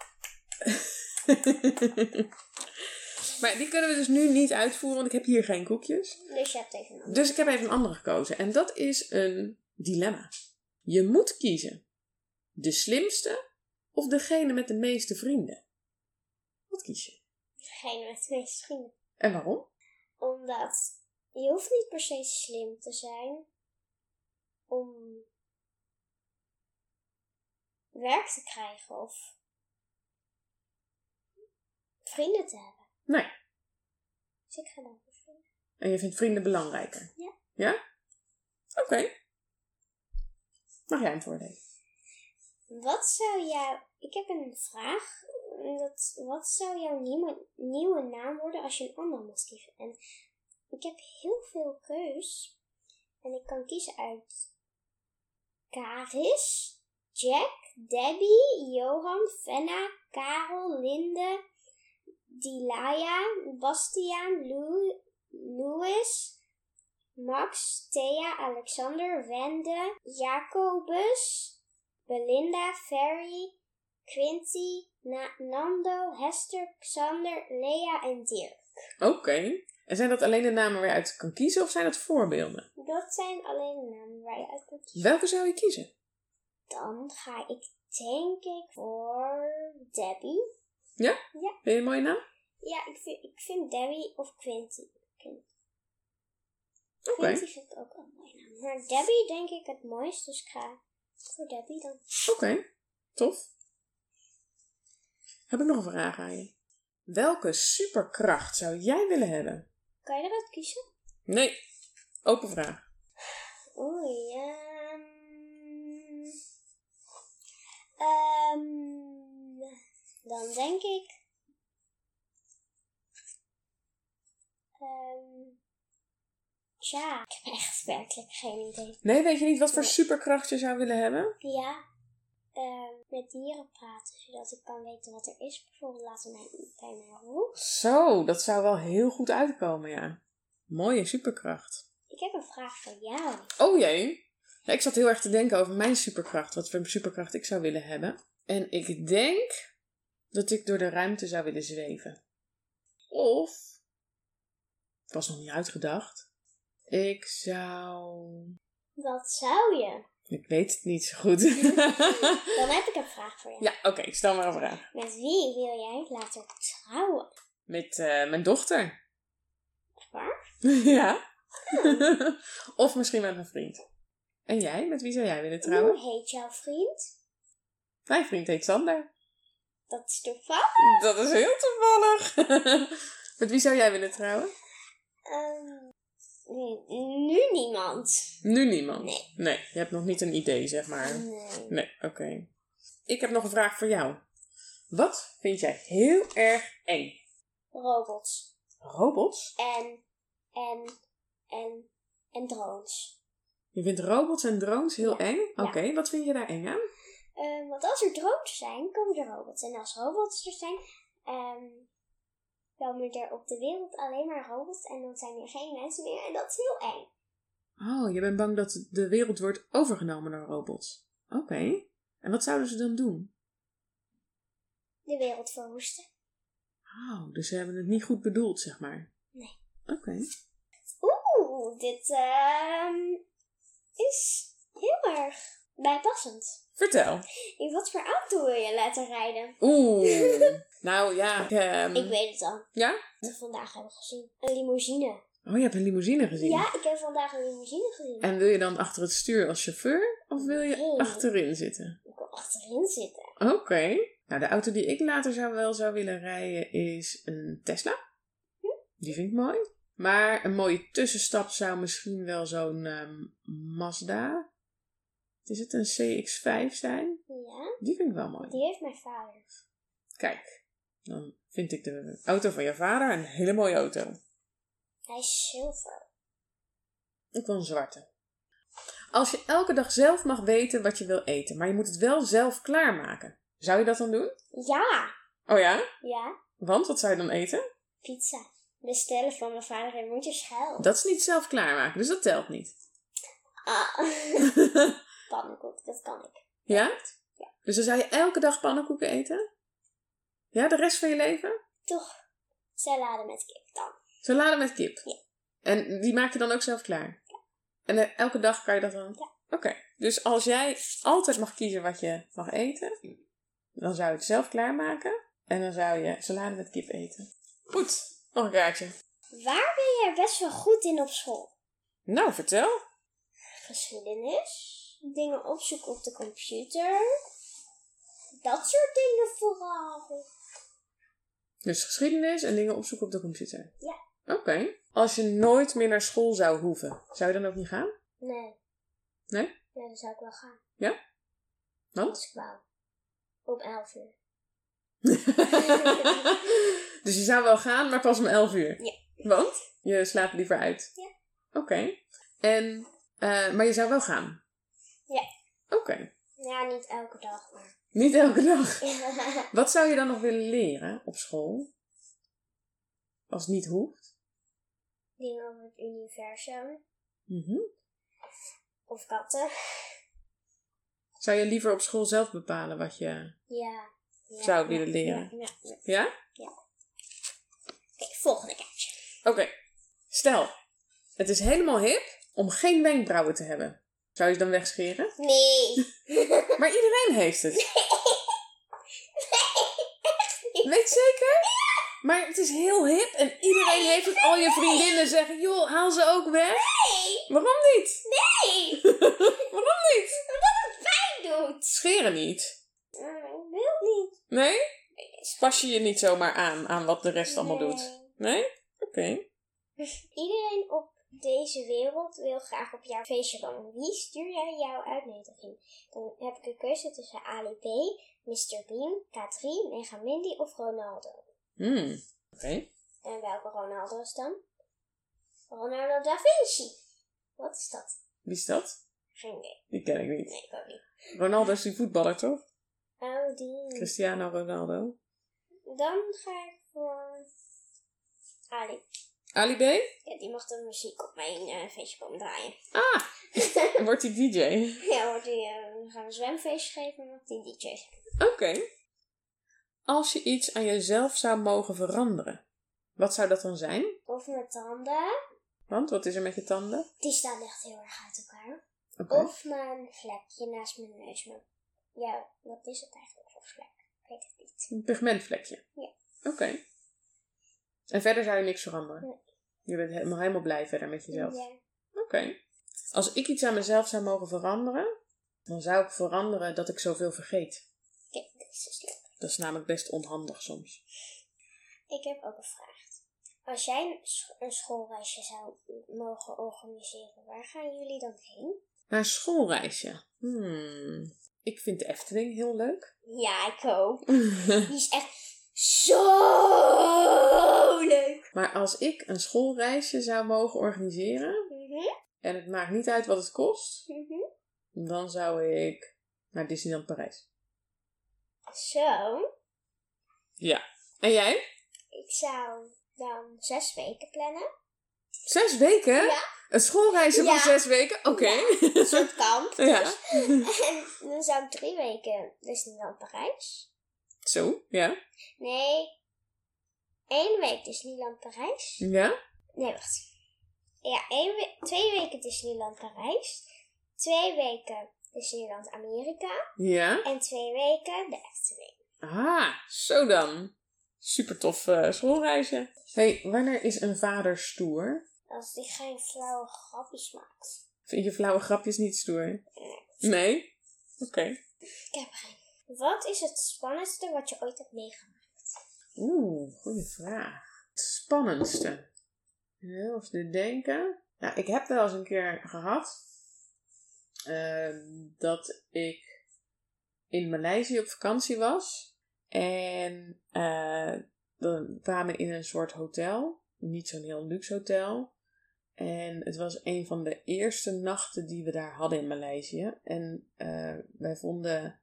Speaker 1: Maar die kunnen we dus nu niet uitvoeren, want ik heb hier geen koekjes.
Speaker 2: Dus je hebt even een andere.
Speaker 1: Dus ik heb even een andere gekozen. En dat is een dilemma. Je moet kiezen. De slimste of degene met de meeste vrienden? Wat kies je?
Speaker 2: Degene met de meeste vrienden.
Speaker 1: En waarom?
Speaker 2: Omdat je hoeft niet per se slim te zijn om werk te krijgen of vrienden te hebben.
Speaker 1: Nee.
Speaker 2: Dus ik ga dan voor vrienden.
Speaker 1: En je vindt vrienden belangrijker?
Speaker 2: Ja.
Speaker 1: Ja? Oké. Okay. Mag jij hem voorlezen?
Speaker 2: Wat zou jou... Ik heb een vraag. Dat, wat zou jouw nieuwe, nieuwe naam worden als je een andere moest kiezen? En ik heb heel veel keus. En ik kan kiezen uit Karis, Jack, Debbie, Johan, Fenna, Karel, Linde, Dilaya, Bastiaan, Lou, Louis, Max, Thea, Alexander, Wende, Jacobus, Belinda, Ferry, Quinty, Na- Nando, Hester, Xander, Lea en Dirk.
Speaker 1: Oké. Okay. En zijn dat alleen de namen waar je uit kan kiezen of zijn dat voorbeelden?
Speaker 2: Dat zijn alleen de namen waar je uit kan kiezen.
Speaker 1: Welke zou je kiezen?
Speaker 2: Dan ga ik denk ik voor Debbie.
Speaker 1: Ja?
Speaker 2: Ja.
Speaker 1: Vind je een mooie naam?
Speaker 2: Ja, ik vind, ik vind Debbie of Quinty. Quinty.
Speaker 1: Oké. Okay.
Speaker 2: Quinty vind ik ook een mooie naam. Maar Debbie denk ik het mooist, dus ik ga voor Debbie dan.
Speaker 1: Oké, okay. Tof. Heb ik nog een vraag aan je? Welke superkracht zou jij willen hebben?
Speaker 2: Kan je eruit kiezen?
Speaker 1: Nee, open vraag.
Speaker 2: Oei, um, um, dan denk ik... Um, tja, ik heb echt werkelijk geen idee.
Speaker 1: Nee, weet je niet wat voor
Speaker 2: Nee.
Speaker 1: superkracht je zou willen hebben?
Speaker 2: Ja, um, met dieren praten, zodat ik kan weten wat er is. Bijvoorbeeld laten mij bij mijn roep.
Speaker 1: Zo, dat zou wel heel goed uitkomen, ja. Mooie superkracht.
Speaker 2: Ik heb een vraag voor jou.
Speaker 1: Oh jee. Ja, ik zat heel erg te denken over mijn superkracht. Wat voor superkracht ik zou willen hebben. En ik denk dat ik door de ruimte zou willen zweven. Of, het was nog niet uitgedacht. Ik zou...
Speaker 2: Wat zou je?
Speaker 1: Ik weet het niet zo goed.
Speaker 2: Dan heb ik een vraag voor jou.
Speaker 1: Ja, oké, okay, stel maar een vraag.
Speaker 2: Met wie wil jij later trouwen?
Speaker 1: Met uh, mijn dochter.
Speaker 2: Waar?
Speaker 1: Ja. Of misschien met mijn vriend. En jij? Met wie zou jij willen trouwen?
Speaker 2: Hoe heet jouw vriend?
Speaker 1: Mijn vriend heet Sander.
Speaker 2: Dat is toevallig.
Speaker 1: Dat is heel toevallig. Met wie zou jij willen trouwen?
Speaker 2: Um, nu niemand.
Speaker 1: Nu niemand?
Speaker 2: Nee.
Speaker 1: Nee, je hebt nog niet een idee, zeg maar.
Speaker 2: Nee.
Speaker 1: Nee, oké. Okay. Ik heb nog een vraag voor jou. Wat vind jij heel erg eng?
Speaker 2: Robots.
Speaker 1: Robots?
Speaker 2: En, en, en, en drones.
Speaker 1: Je vindt robots en drones heel
Speaker 2: Ja.
Speaker 1: eng? Oké, okay,
Speaker 2: Ja.
Speaker 1: wat vind je daar eng aan?
Speaker 2: Um, want als er drones zijn, komen er robots. En als robots er zijn, um, komen er op de wereld alleen maar robots. En dan zijn er geen mensen meer. En dat is heel eng.
Speaker 1: Oh, je bent bang dat de wereld wordt overgenomen door robots. Oké. Okay. En wat zouden ze dan doen?
Speaker 2: De wereld verwoesten.
Speaker 1: Oh, dus ze hebben het niet goed bedoeld, zeg maar.
Speaker 2: Nee.
Speaker 1: Oké. Okay.
Speaker 2: Oeh, dit um, is heel erg bijpassend.
Speaker 1: Vertel.
Speaker 2: In wat voor auto wil je laten rijden?
Speaker 1: Oeh. Nou ja. Ik, um...
Speaker 2: ik weet het al.
Speaker 1: Ja?
Speaker 2: Wat we vandaag hebben gezien. Een limousine.
Speaker 1: Oh, je hebt een limousine gezien?
Speaker 2: Ja, ik heb vandaag een limousine gezien.
Speaker 1: En wil je dan achter het stuur als chauffeur? Of wil je
Speaker 2: Nee.
Speaker 1: achterin zitten?
Speaker 2: Ik wil achterin zitten.
Speaker 1: Oké. Okay. Nou, de auto die ik later zou wel zou willen rijden is een Tesla.
Speaker 2: Hm?
Speaker 1: Die vind ik mooi. Maar een mooie tussenstap zou misschien wel zo'n um, Mazda. Is het een C X vijf zijn?
Speaker 2: Ja.
Speaker 1: Die vind ik wel mooi.
Speaker 2: Die heeft mijn vader.
Speaker 1: Kijk, dan vind ik de auto van je vader een hele mooie auto.
Speaker 2: Hij is zilver.
Speaker 1: Ik wil een zwarte. Als je elke dag zelf mag weten wat je wil eten, maar je moet het wel zelf klaarmaken. Zou je dat dan doen?
Speaker 2: Ja.
Speaker 1: Oh ja?
Speaker 2: Ja.
Speaker 1: Want, wat zou je dan eten?
Speaker 2: Pizza. Bestellen van mijn vader en moeders geld.
Speaker 1: Dat is niet zelf klaarmaken, dus dat telt niet.
Speaker 2: Ah. Pannenkoek, dat kan ik.
Speaker 1: Ja?
Speaker 2: Ja.
Speaker 1: Dus dan zou je elke dag pannenkoeken eten? Ja, de rest van je leven?
Speaker 2: Toch salade met kip dan.
Speaker 1: Salade met kip?
Speaker 2: Ja.
Speaker 1: En die maak je dan ook zelf klaar?
Speaker 2: Ja.
Speaker 1: En uh, elke dag kan je dat dan?
Speaker 2: Ja.
Speaker 1: Oké. Okay. Dus als jij altijd mag kiezen wat je mag eten, dan zou je het zelf klaarmaken. En dan zou je salade met kip eten. Goed, nog een kaartje.
Speaker 2: Waar ben jij best wel goed in op school?
Speaker 1: Nou, vertel.
Speaker 2: Geschiedenis. Dingen opzoeken op de computer. Dat soort dingen vooral.
Speaker 1: Dus geschiedenis en dingen opzoeken op de computer?
Speaker 2: Ja.
Speaker 1: Oké. Okay. Als je nooit meer naar school zou hoeven, zou je dan ook niet gaan?
Speaker 2: Nee.
Speaker 1: Nee?
Speaker 2: Ja, dan zou ik wel gaan.
Speaker 1: Ja? Want?
Speaker 2: Als ik wou. Op elf uur.
Speaker 1: Dus je zou wel gaan, maar pas om elf uur?
Speaker 2: Ja.
Speaker 1: Want? Je slaapt liever uit?
Speaker 2: Ja.
Speaker 1: Oké. Okay. En, uh, maar je zou wel gaan?
Speaker 2: Ja.
Speaker 1: Oké. Okay.
Speaker 2: Ja, niet elke dag, maar...
Speaker 1: Niet elke dag? Wat zou je dan nog willen leren op school? Als het niet hoeft?
Speaker 2: Dingen over het universum.
Speaker 1: Mm-hmm.
Speaker 2: Of katten.
Speaker 1: Zou je liever op school zelf bepalen wat je
Speaker 2: ja, ja,
Speaker 1: zou
Speaker 2: ja,
Speaker 1: willen leren?
Speaker 2: Ja? Ja? Ja.
Speaker 1: Ja?
Speaker 2: Ja. Oké, volgende kaartje.
Speaker 1: Oké. Okay. Stel, het is helemaal hip om geen wenkbrauwen te hebben. Zou je ze dan wegscheren?
Speaker 2: Nee.
Speaker 1: Maar iedereen heeft het.
Speaker 2: Nee. Nee.
Speaker 1: Weet je zeker? Maar het is heel hip en iedereen
Speaker 2: nee.
Speaker 1: heeft het. Al je vriendinnen zeggen, joh, haal ze ook weg.
Speaker 2: Nee.
Speaker 1: Waarom niet?
Speaker 2: Nee.
Speaker 1: Waarom niet?
Speaker 2: Omdat het pijn doet.
Speaker 1: Scheren niet.
Speaker 2: Uh, ik wil niet.
Speaker 1: Nee? Pas je je niet zomaar aan, aan wat de rest allemaal
Speaker 2: nee.
Speaker 1: doet? Nee? Oké. Okay.
Speaker 2: Iedereen op deze wereld wil graag op jouw feestje komen. Wie stuur jij jouw uitnodiging? Dan heb ik een keuze tussen Ali B, mister Bean, K drie, Megamindy of Ronaldo.
Speaker 1: Hmm. Oké. Okay.
Speaker 2: En welke Ronaldo is dan? Ronaldo da Vinci. Wat is dat?
Speaker 1: Wie is dat?
Speaker 2: Geen idee.
Speaker 1: Die ken ik niet.
Speaker 2: Nee, ik ook niet.
Speaker 1: Ronaldo is die voetballer, toch?
Speaker 2: Oh, die.
Speaker 1: Cristiano Ronaldo.
Speaker 2: Dan ga ik voor Ali.
Speaker 1: Ali B?
Speaker 2: Ja, die mag de muziek op mijn uh, feestje komen draaien.
Speaker 1: Ah! En wordt hij D J?
Speaker 2: Ja, wordt die, uh, we gaan een zwemfeestje geven en wordt die D J zijn.
Speaker 1: Oké. Okay. Als je iets aan jezelf zou mogen veranderen, wat zou dat dan zijn?
Speaker 2: Of mijn tanden.
Speaker 1: Want, wat is er met je tanden?
Speaker 2: Die staan echt heel erg uit elkaar.
Speaker 1: Okay.
Speaker 2: Of mijn vlekje naast mijn neus. Ja, wat is het eigenlijk voor vlek? Ik weet het niet.
Speaker 1: Een pigmentvlekje?
Speaker 2: Ja.
Speaker 1: Oké. Okay. En verder zou je niks veranderen?
Speaker 2: Nee.
Speaker 1: Je bent helemaal, helemaal blij verder met jezelf?
Speaker 2: Ja.
Speaker 1: Oké. Okay. Als ik iets aan mezelf zou mogen veranderen, dan zou ik veranderen dat ik zoveel vergeet.
Speaker 2: Oké, okay, dat is dus leuk.
Speaker 1: Dat is namelijk best onhandig soms.
Speaker 2: Ik heb ook een vraag. Als jij een schoolreisje zou mogen organiseren, waar gaan jullie dan heen?
Speaker 1: Naar een schoolreisje? Hmm. Ik vind de Efteling heel leuk.
Speaker 2: Ja, ik ook. Die is echt zo leuk.
Speaker 1: Maar als ik een schoolreisje zou mogen organiseren,
Speaker 2: Mm-hmm.
Speaker 1: en het maakt niet uit wat het kost,
Speaker 2: Mm-hmm.
Speaker 1: dan zou ik naar Disneyland Parijs.
Speaker 2: Zo.
Speaker 1: Ja. En jij?
Speaker 2: Ik zou dan zes weken plannen.
Speaker 1: Zes weken?
Speaker 2: Ja.
Speaker 1: Een schoolreisje
Speaker 2: Ja.
Speaker 1: van zes weken? Oké. Okay.
Speaker 2: Ja, een soort kamp.
Speaker 1: Ja.
Speaker 2: Dus. En dan zou ik drie weken Disneyland Parijs.
Speaker 1: Zo, ja.
Speaker 2: Nee. Eén week Disneyland Parijs.
Speaker 1: Ja?
Speaker 2: Nee, wacht. Ja, één we- twee weken Disneyland Parijs. Twee weken Disneyland Amerika.
Speaker 1: Ja.
Speaker 2: En twee weken de Efteling.
Speaker 1: Ah, zo dan. Super tof uh, schoolreisje. Hey, wanneer is een vader stoer?
Speaker 2: Als die geen flauwe grapjes maakt.
Speaker 1: Vind je flauwe grapjes niet stoer?
Speaker 2: Nee.
Speaker 1: Nee? Oké. Okay.
Speaker 2: Ik heb er geen. Wat is het spannendste wat je ooit hebt meegemaakt?
Speaker 1: Oeh, goede vraag. Het spannendste. Heel even te denken. Nou, ik heb wel eens een keer gehad uh, dat ik in Maleisië op vakantie was. En uh, dan kwamen we in een soort hotel. Niet zo'n heel luxe hotel. En het was een van de eerste nachten die we daar hadden in Maleisië. En uh, wij vonden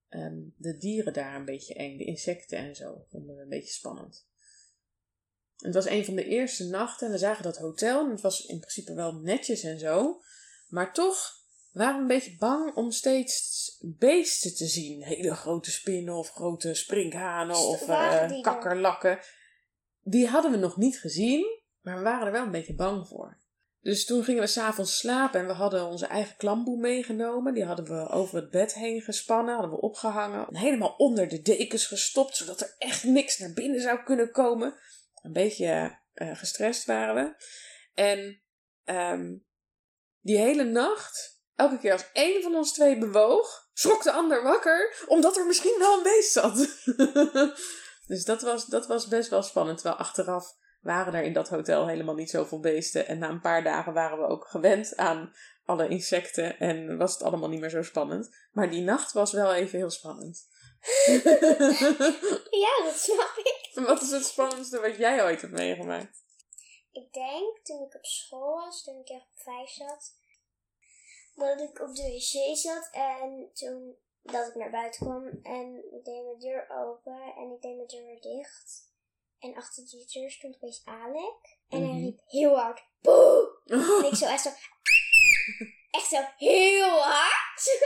Speaker 1: um, de dieren daar een beetje eng. De insecten en zo. Vonden we een beetje spannend. Het was een van de eerste nachten. En we zagen dat hotel. En het was in principe wel netjes en zo. Maar toch waren we een beetje bang om steeds beesten te zien. Hele grote spinnen of grote sprinkhanen of uh, kakkerlakken. Die hadden we nog niet gezien. Maar we waren er wel een beetje bang voor. Dus toen gingen we 's avonds slapen en we hadden onze eigen klamboe meegenomen. Die hadden we over het bed heen gespannen, hadden we opgehangen. En helemaal onder de dekens gestopt, zodat er echt niks naar binnen zou kunnen komen. Een beetje uh, gestrest waren we. En um, die hele nacht, elke keer als één van ons twee bewoog, schrok de ander wakker, omdat er misschien wel een beest zat. Dus dat was, dat was best wel spannend, terwijl achteraf waren er in dat hotel helemaal niet zoveel beesten. En na een paar dagen waren we ook gewend aan alle insecten. En was het allemaal niet meer zo spannend. Maar die nacht was wel even heel spannend.
Speaker 2: Ja, dat snap ik.
Speaker 1: Wat is het spannendste wat jij ooit hebt meegemaakt?
Speaker 2: Ik denk, toen ik op school was, toen ik echt op vijf zat, dat ik op de wc zat. En toen dat ik naar buiten kwam en ik deed mijn deur open en ik deed mijn deur weer dicht. En achter die deur stond opeens Alec. En
Speaker 1: Mm-hmm.
Speaker 2: hij riep heel hard, boe! En ik zo echt zo, echt zo heel hard.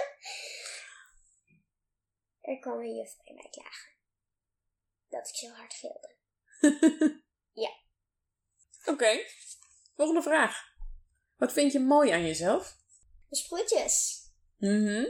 Speaker 2: Er kwam een juf bij mij klagen. Dat ik zo hard gilde. Ja.
Speaker 1: Oké, okay. Volgende vraag. Wat vind je mooi aan jezelf?
Speaker 2: De sproetjes.
Speaker 1: Mhm.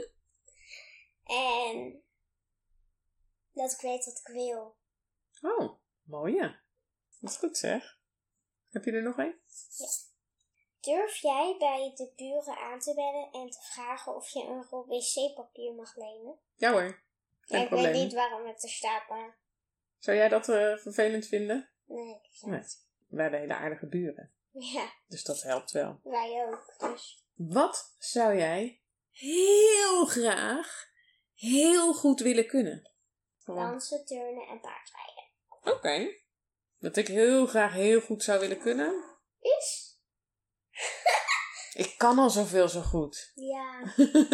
Speaker 2: En dat ik weet wat ik wil.
Speaker 1: Oh. Mooi, ja. Dat is goed, zeg. Heb je er nog een?
Speaker 2: Ja. Durf jij bij de buren aan te bellen en te vragen of je een rol wc-papier mag lenen?
Speaker 1: Ja hoor. Geen
Speaker 2: ja, ik
Speaker 1: probleem.
Speaker 2: weet niet waarom het er staat, maar...
Speaker 1: Zou jij dat uh, vervelend vinden?
Speaker 2: Nee, ik vind
Speaker 1: Nee. We hebben hele aardige buren.
Speaker 2: Ja.
Speaker 1: Dus dat helpt wel.
Speaker 2: Wij ook, dus...
Speaker 1: Wat zou jij heel graag heel goed willen kunnen?
Speaker 2: Gewoon. Dansen, turnen en paardrijden.
Speaker 1: Oké. Okay. Wat ik heel graag heel goed zou willen kunnen?
Speaker 2: Is?
Speaker 1: Ik kan al zoveel zo goed.
Speaker 2: Ja.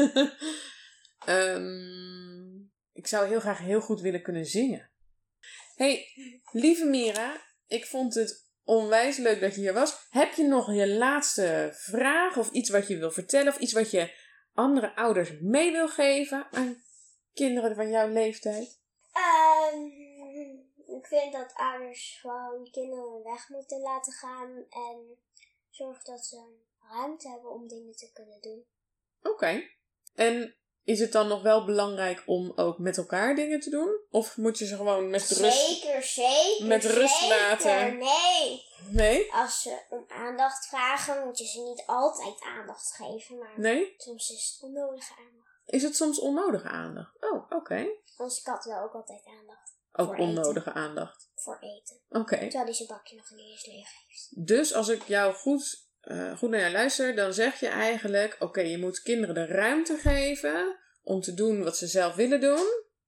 Speaker 1: um, ik zou heel graag heel goed willen kunnen zingen. Hey, lieve Mira, ik vond het onwijs leuk dat je hier was. Heb je nog je laatste vraag of iets wat je wil vertellen of iets wat je andere ouders mee wil geven aan kinderen van jouw leeftijd?
Speaker 2: Um, ik vind dat ouders gewoon kinderen hun weg moeten laten gaan en zorgen dat ze een ruimte hebben om dingen te kunnen doen.
Speaker 1: Oké. Okay. En is het dan nog wel belangrijk om ook met elkaar dingen te doen? Of moet je ze gewoon met rust...
Speaker 2: Zeker, zeker,
Speaker 1: Met rust
Speaker 2: zeker.
Speaker 1: laten?
Speaker 2: Nee.
Speaker 1: Nee?
Speaker 2: Als ze om aandacht vragen, moet je ze niet altijd aandacht geven, maar
Speaker 1: nee?
Speaker 2: soms is het onnodige aandacht.
Speaker 1: Is het soms onnodige aandacht? Oh, oké. Okay.
Speaker 2: Onze kat wil ook altijd aandacht.
Speaker 1: Ook onnodige
Speaker 2: eten.
Speaker 1: aandacht?
Speaker 2: Voor eten.
Speaker 1: Oké. Okay.
Speaker 2: Terwijl hij zijn bakje nog niet eens leeg heeft.
Speaker 1: Dus als ik jou goed, uh, goed naar jou luister, dan zeg je eigenlijk... Oké, okay, je moet kinderen de ruimte geven om te doen wat ze zelf willen doen.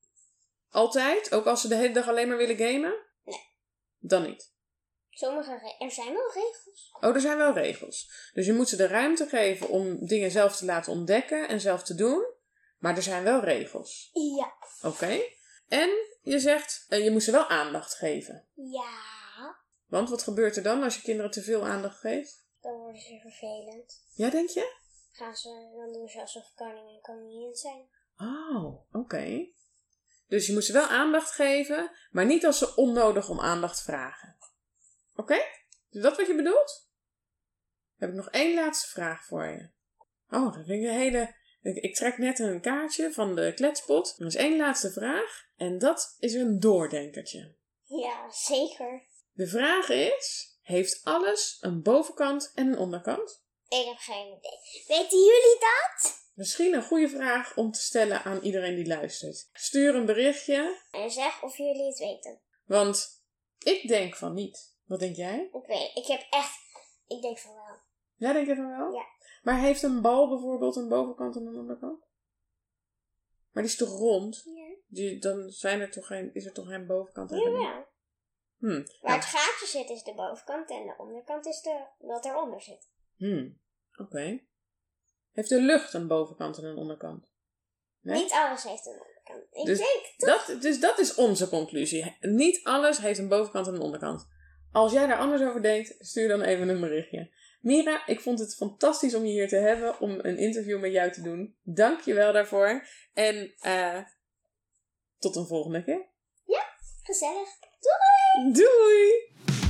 Speaker 1: Altijd? Ook als ze de hele dag alleen maar willen gamen?
Speaker 2: Nee.
Speaker 1: Dan niet?
Speaker 2: Sommige re- er zijn wel regels.
Speaker 1: Oh, er zijn wel regels. Dus je moet ze de ruimte geven om dingen zelf te laten ontdekken en zelf te doen. Maar er zijn wel regels.
Speaker 2: Ja.
Speaker 1: Oké. Okay. En je zegt, uh, je moet ze wel aandacht geven.
Speaker 2: Ja.
Speaker 1: Want wat gebeurt er dan als je kinderen te veel aandacht geeft?
Speaker 2: Dan worden ze vervelend.
Speaker 1: Ja, denk je?
Speaker 2: Gaan ze, dan doen ze alsof koning en koningin zijn.
Speaker 1: Oh, oké. Okay. Dus je moet ze wel aandacht geven, maar niet als ze onnodig om aandacht vragen. Oké? Okay? Is dat wat je bedoelt? Dan heb ik nog één laatste vraag voor je. Oh, dat vind ik een hele... Ik, ik trek net een kaartje van de kletspot. Er is één laatste vraag. En dat is een doordenkertje.
Speaker 2: Ja, zeker.
Speaker 1: De vraag is... Heeft alles een bovenkant en een onderkant?
Speaker 2: Ik heb geen idee. Weten jullie dat?
Speaker 1: Misschien een goede vraag om te stellen aan iedereen die luistert. Stuur een berichtje.
Speaker 2: En zeg of jullie het weten.
Speaker 1: Want ik denk van niet. Wat denk jij?
Speaker 2: Ik weet, ik heb echt... Ik denk van wel.
Speaker 1: Jij denkt van wel?
Speaker 2: Ja.
Speaker 1: Maar heeft een bal bijvoorbeeld een bovenkant en een onderkant? Maar die is toch rond?
Speaker 2: Ja.
Speaker 1: Die, dan zijn er toch geen, is er toch geen bovenkant en
Speaker 2: Ja,
Speaker 1: geen...
Speaker 2: ja.
Speaker 1: Hmm.
Speaker 2: Waar
Speaker 1: Ja.
Speaker 2: het gaatje zit is de bovenkant en de onderkant is de, wat eronder zit.
Speaker 1: Hmm. Oké. Okay. Heeft de lucht een bovenkant en een onderkant? Nee?
Speaker 2: Niet alles heeft een onderkant. onderkant. Ik
Speaker 1: Dus
Speaker 2: denk toch...
Speaker 1: dat, dus dat is onze conclusie. Niet alles heeft een bovenkant en een onderkant. Als jij daar anders over denkt, stuur dan even een berichtje. Mira, ik vond het fantastisch om je hier te hebben, om een interview met jou te doen. Dank je wel daarvoor. En uh, tot een volgende keer.
Speaker 2: Ja, gezellig. Doei!
Speaker 1: Doei!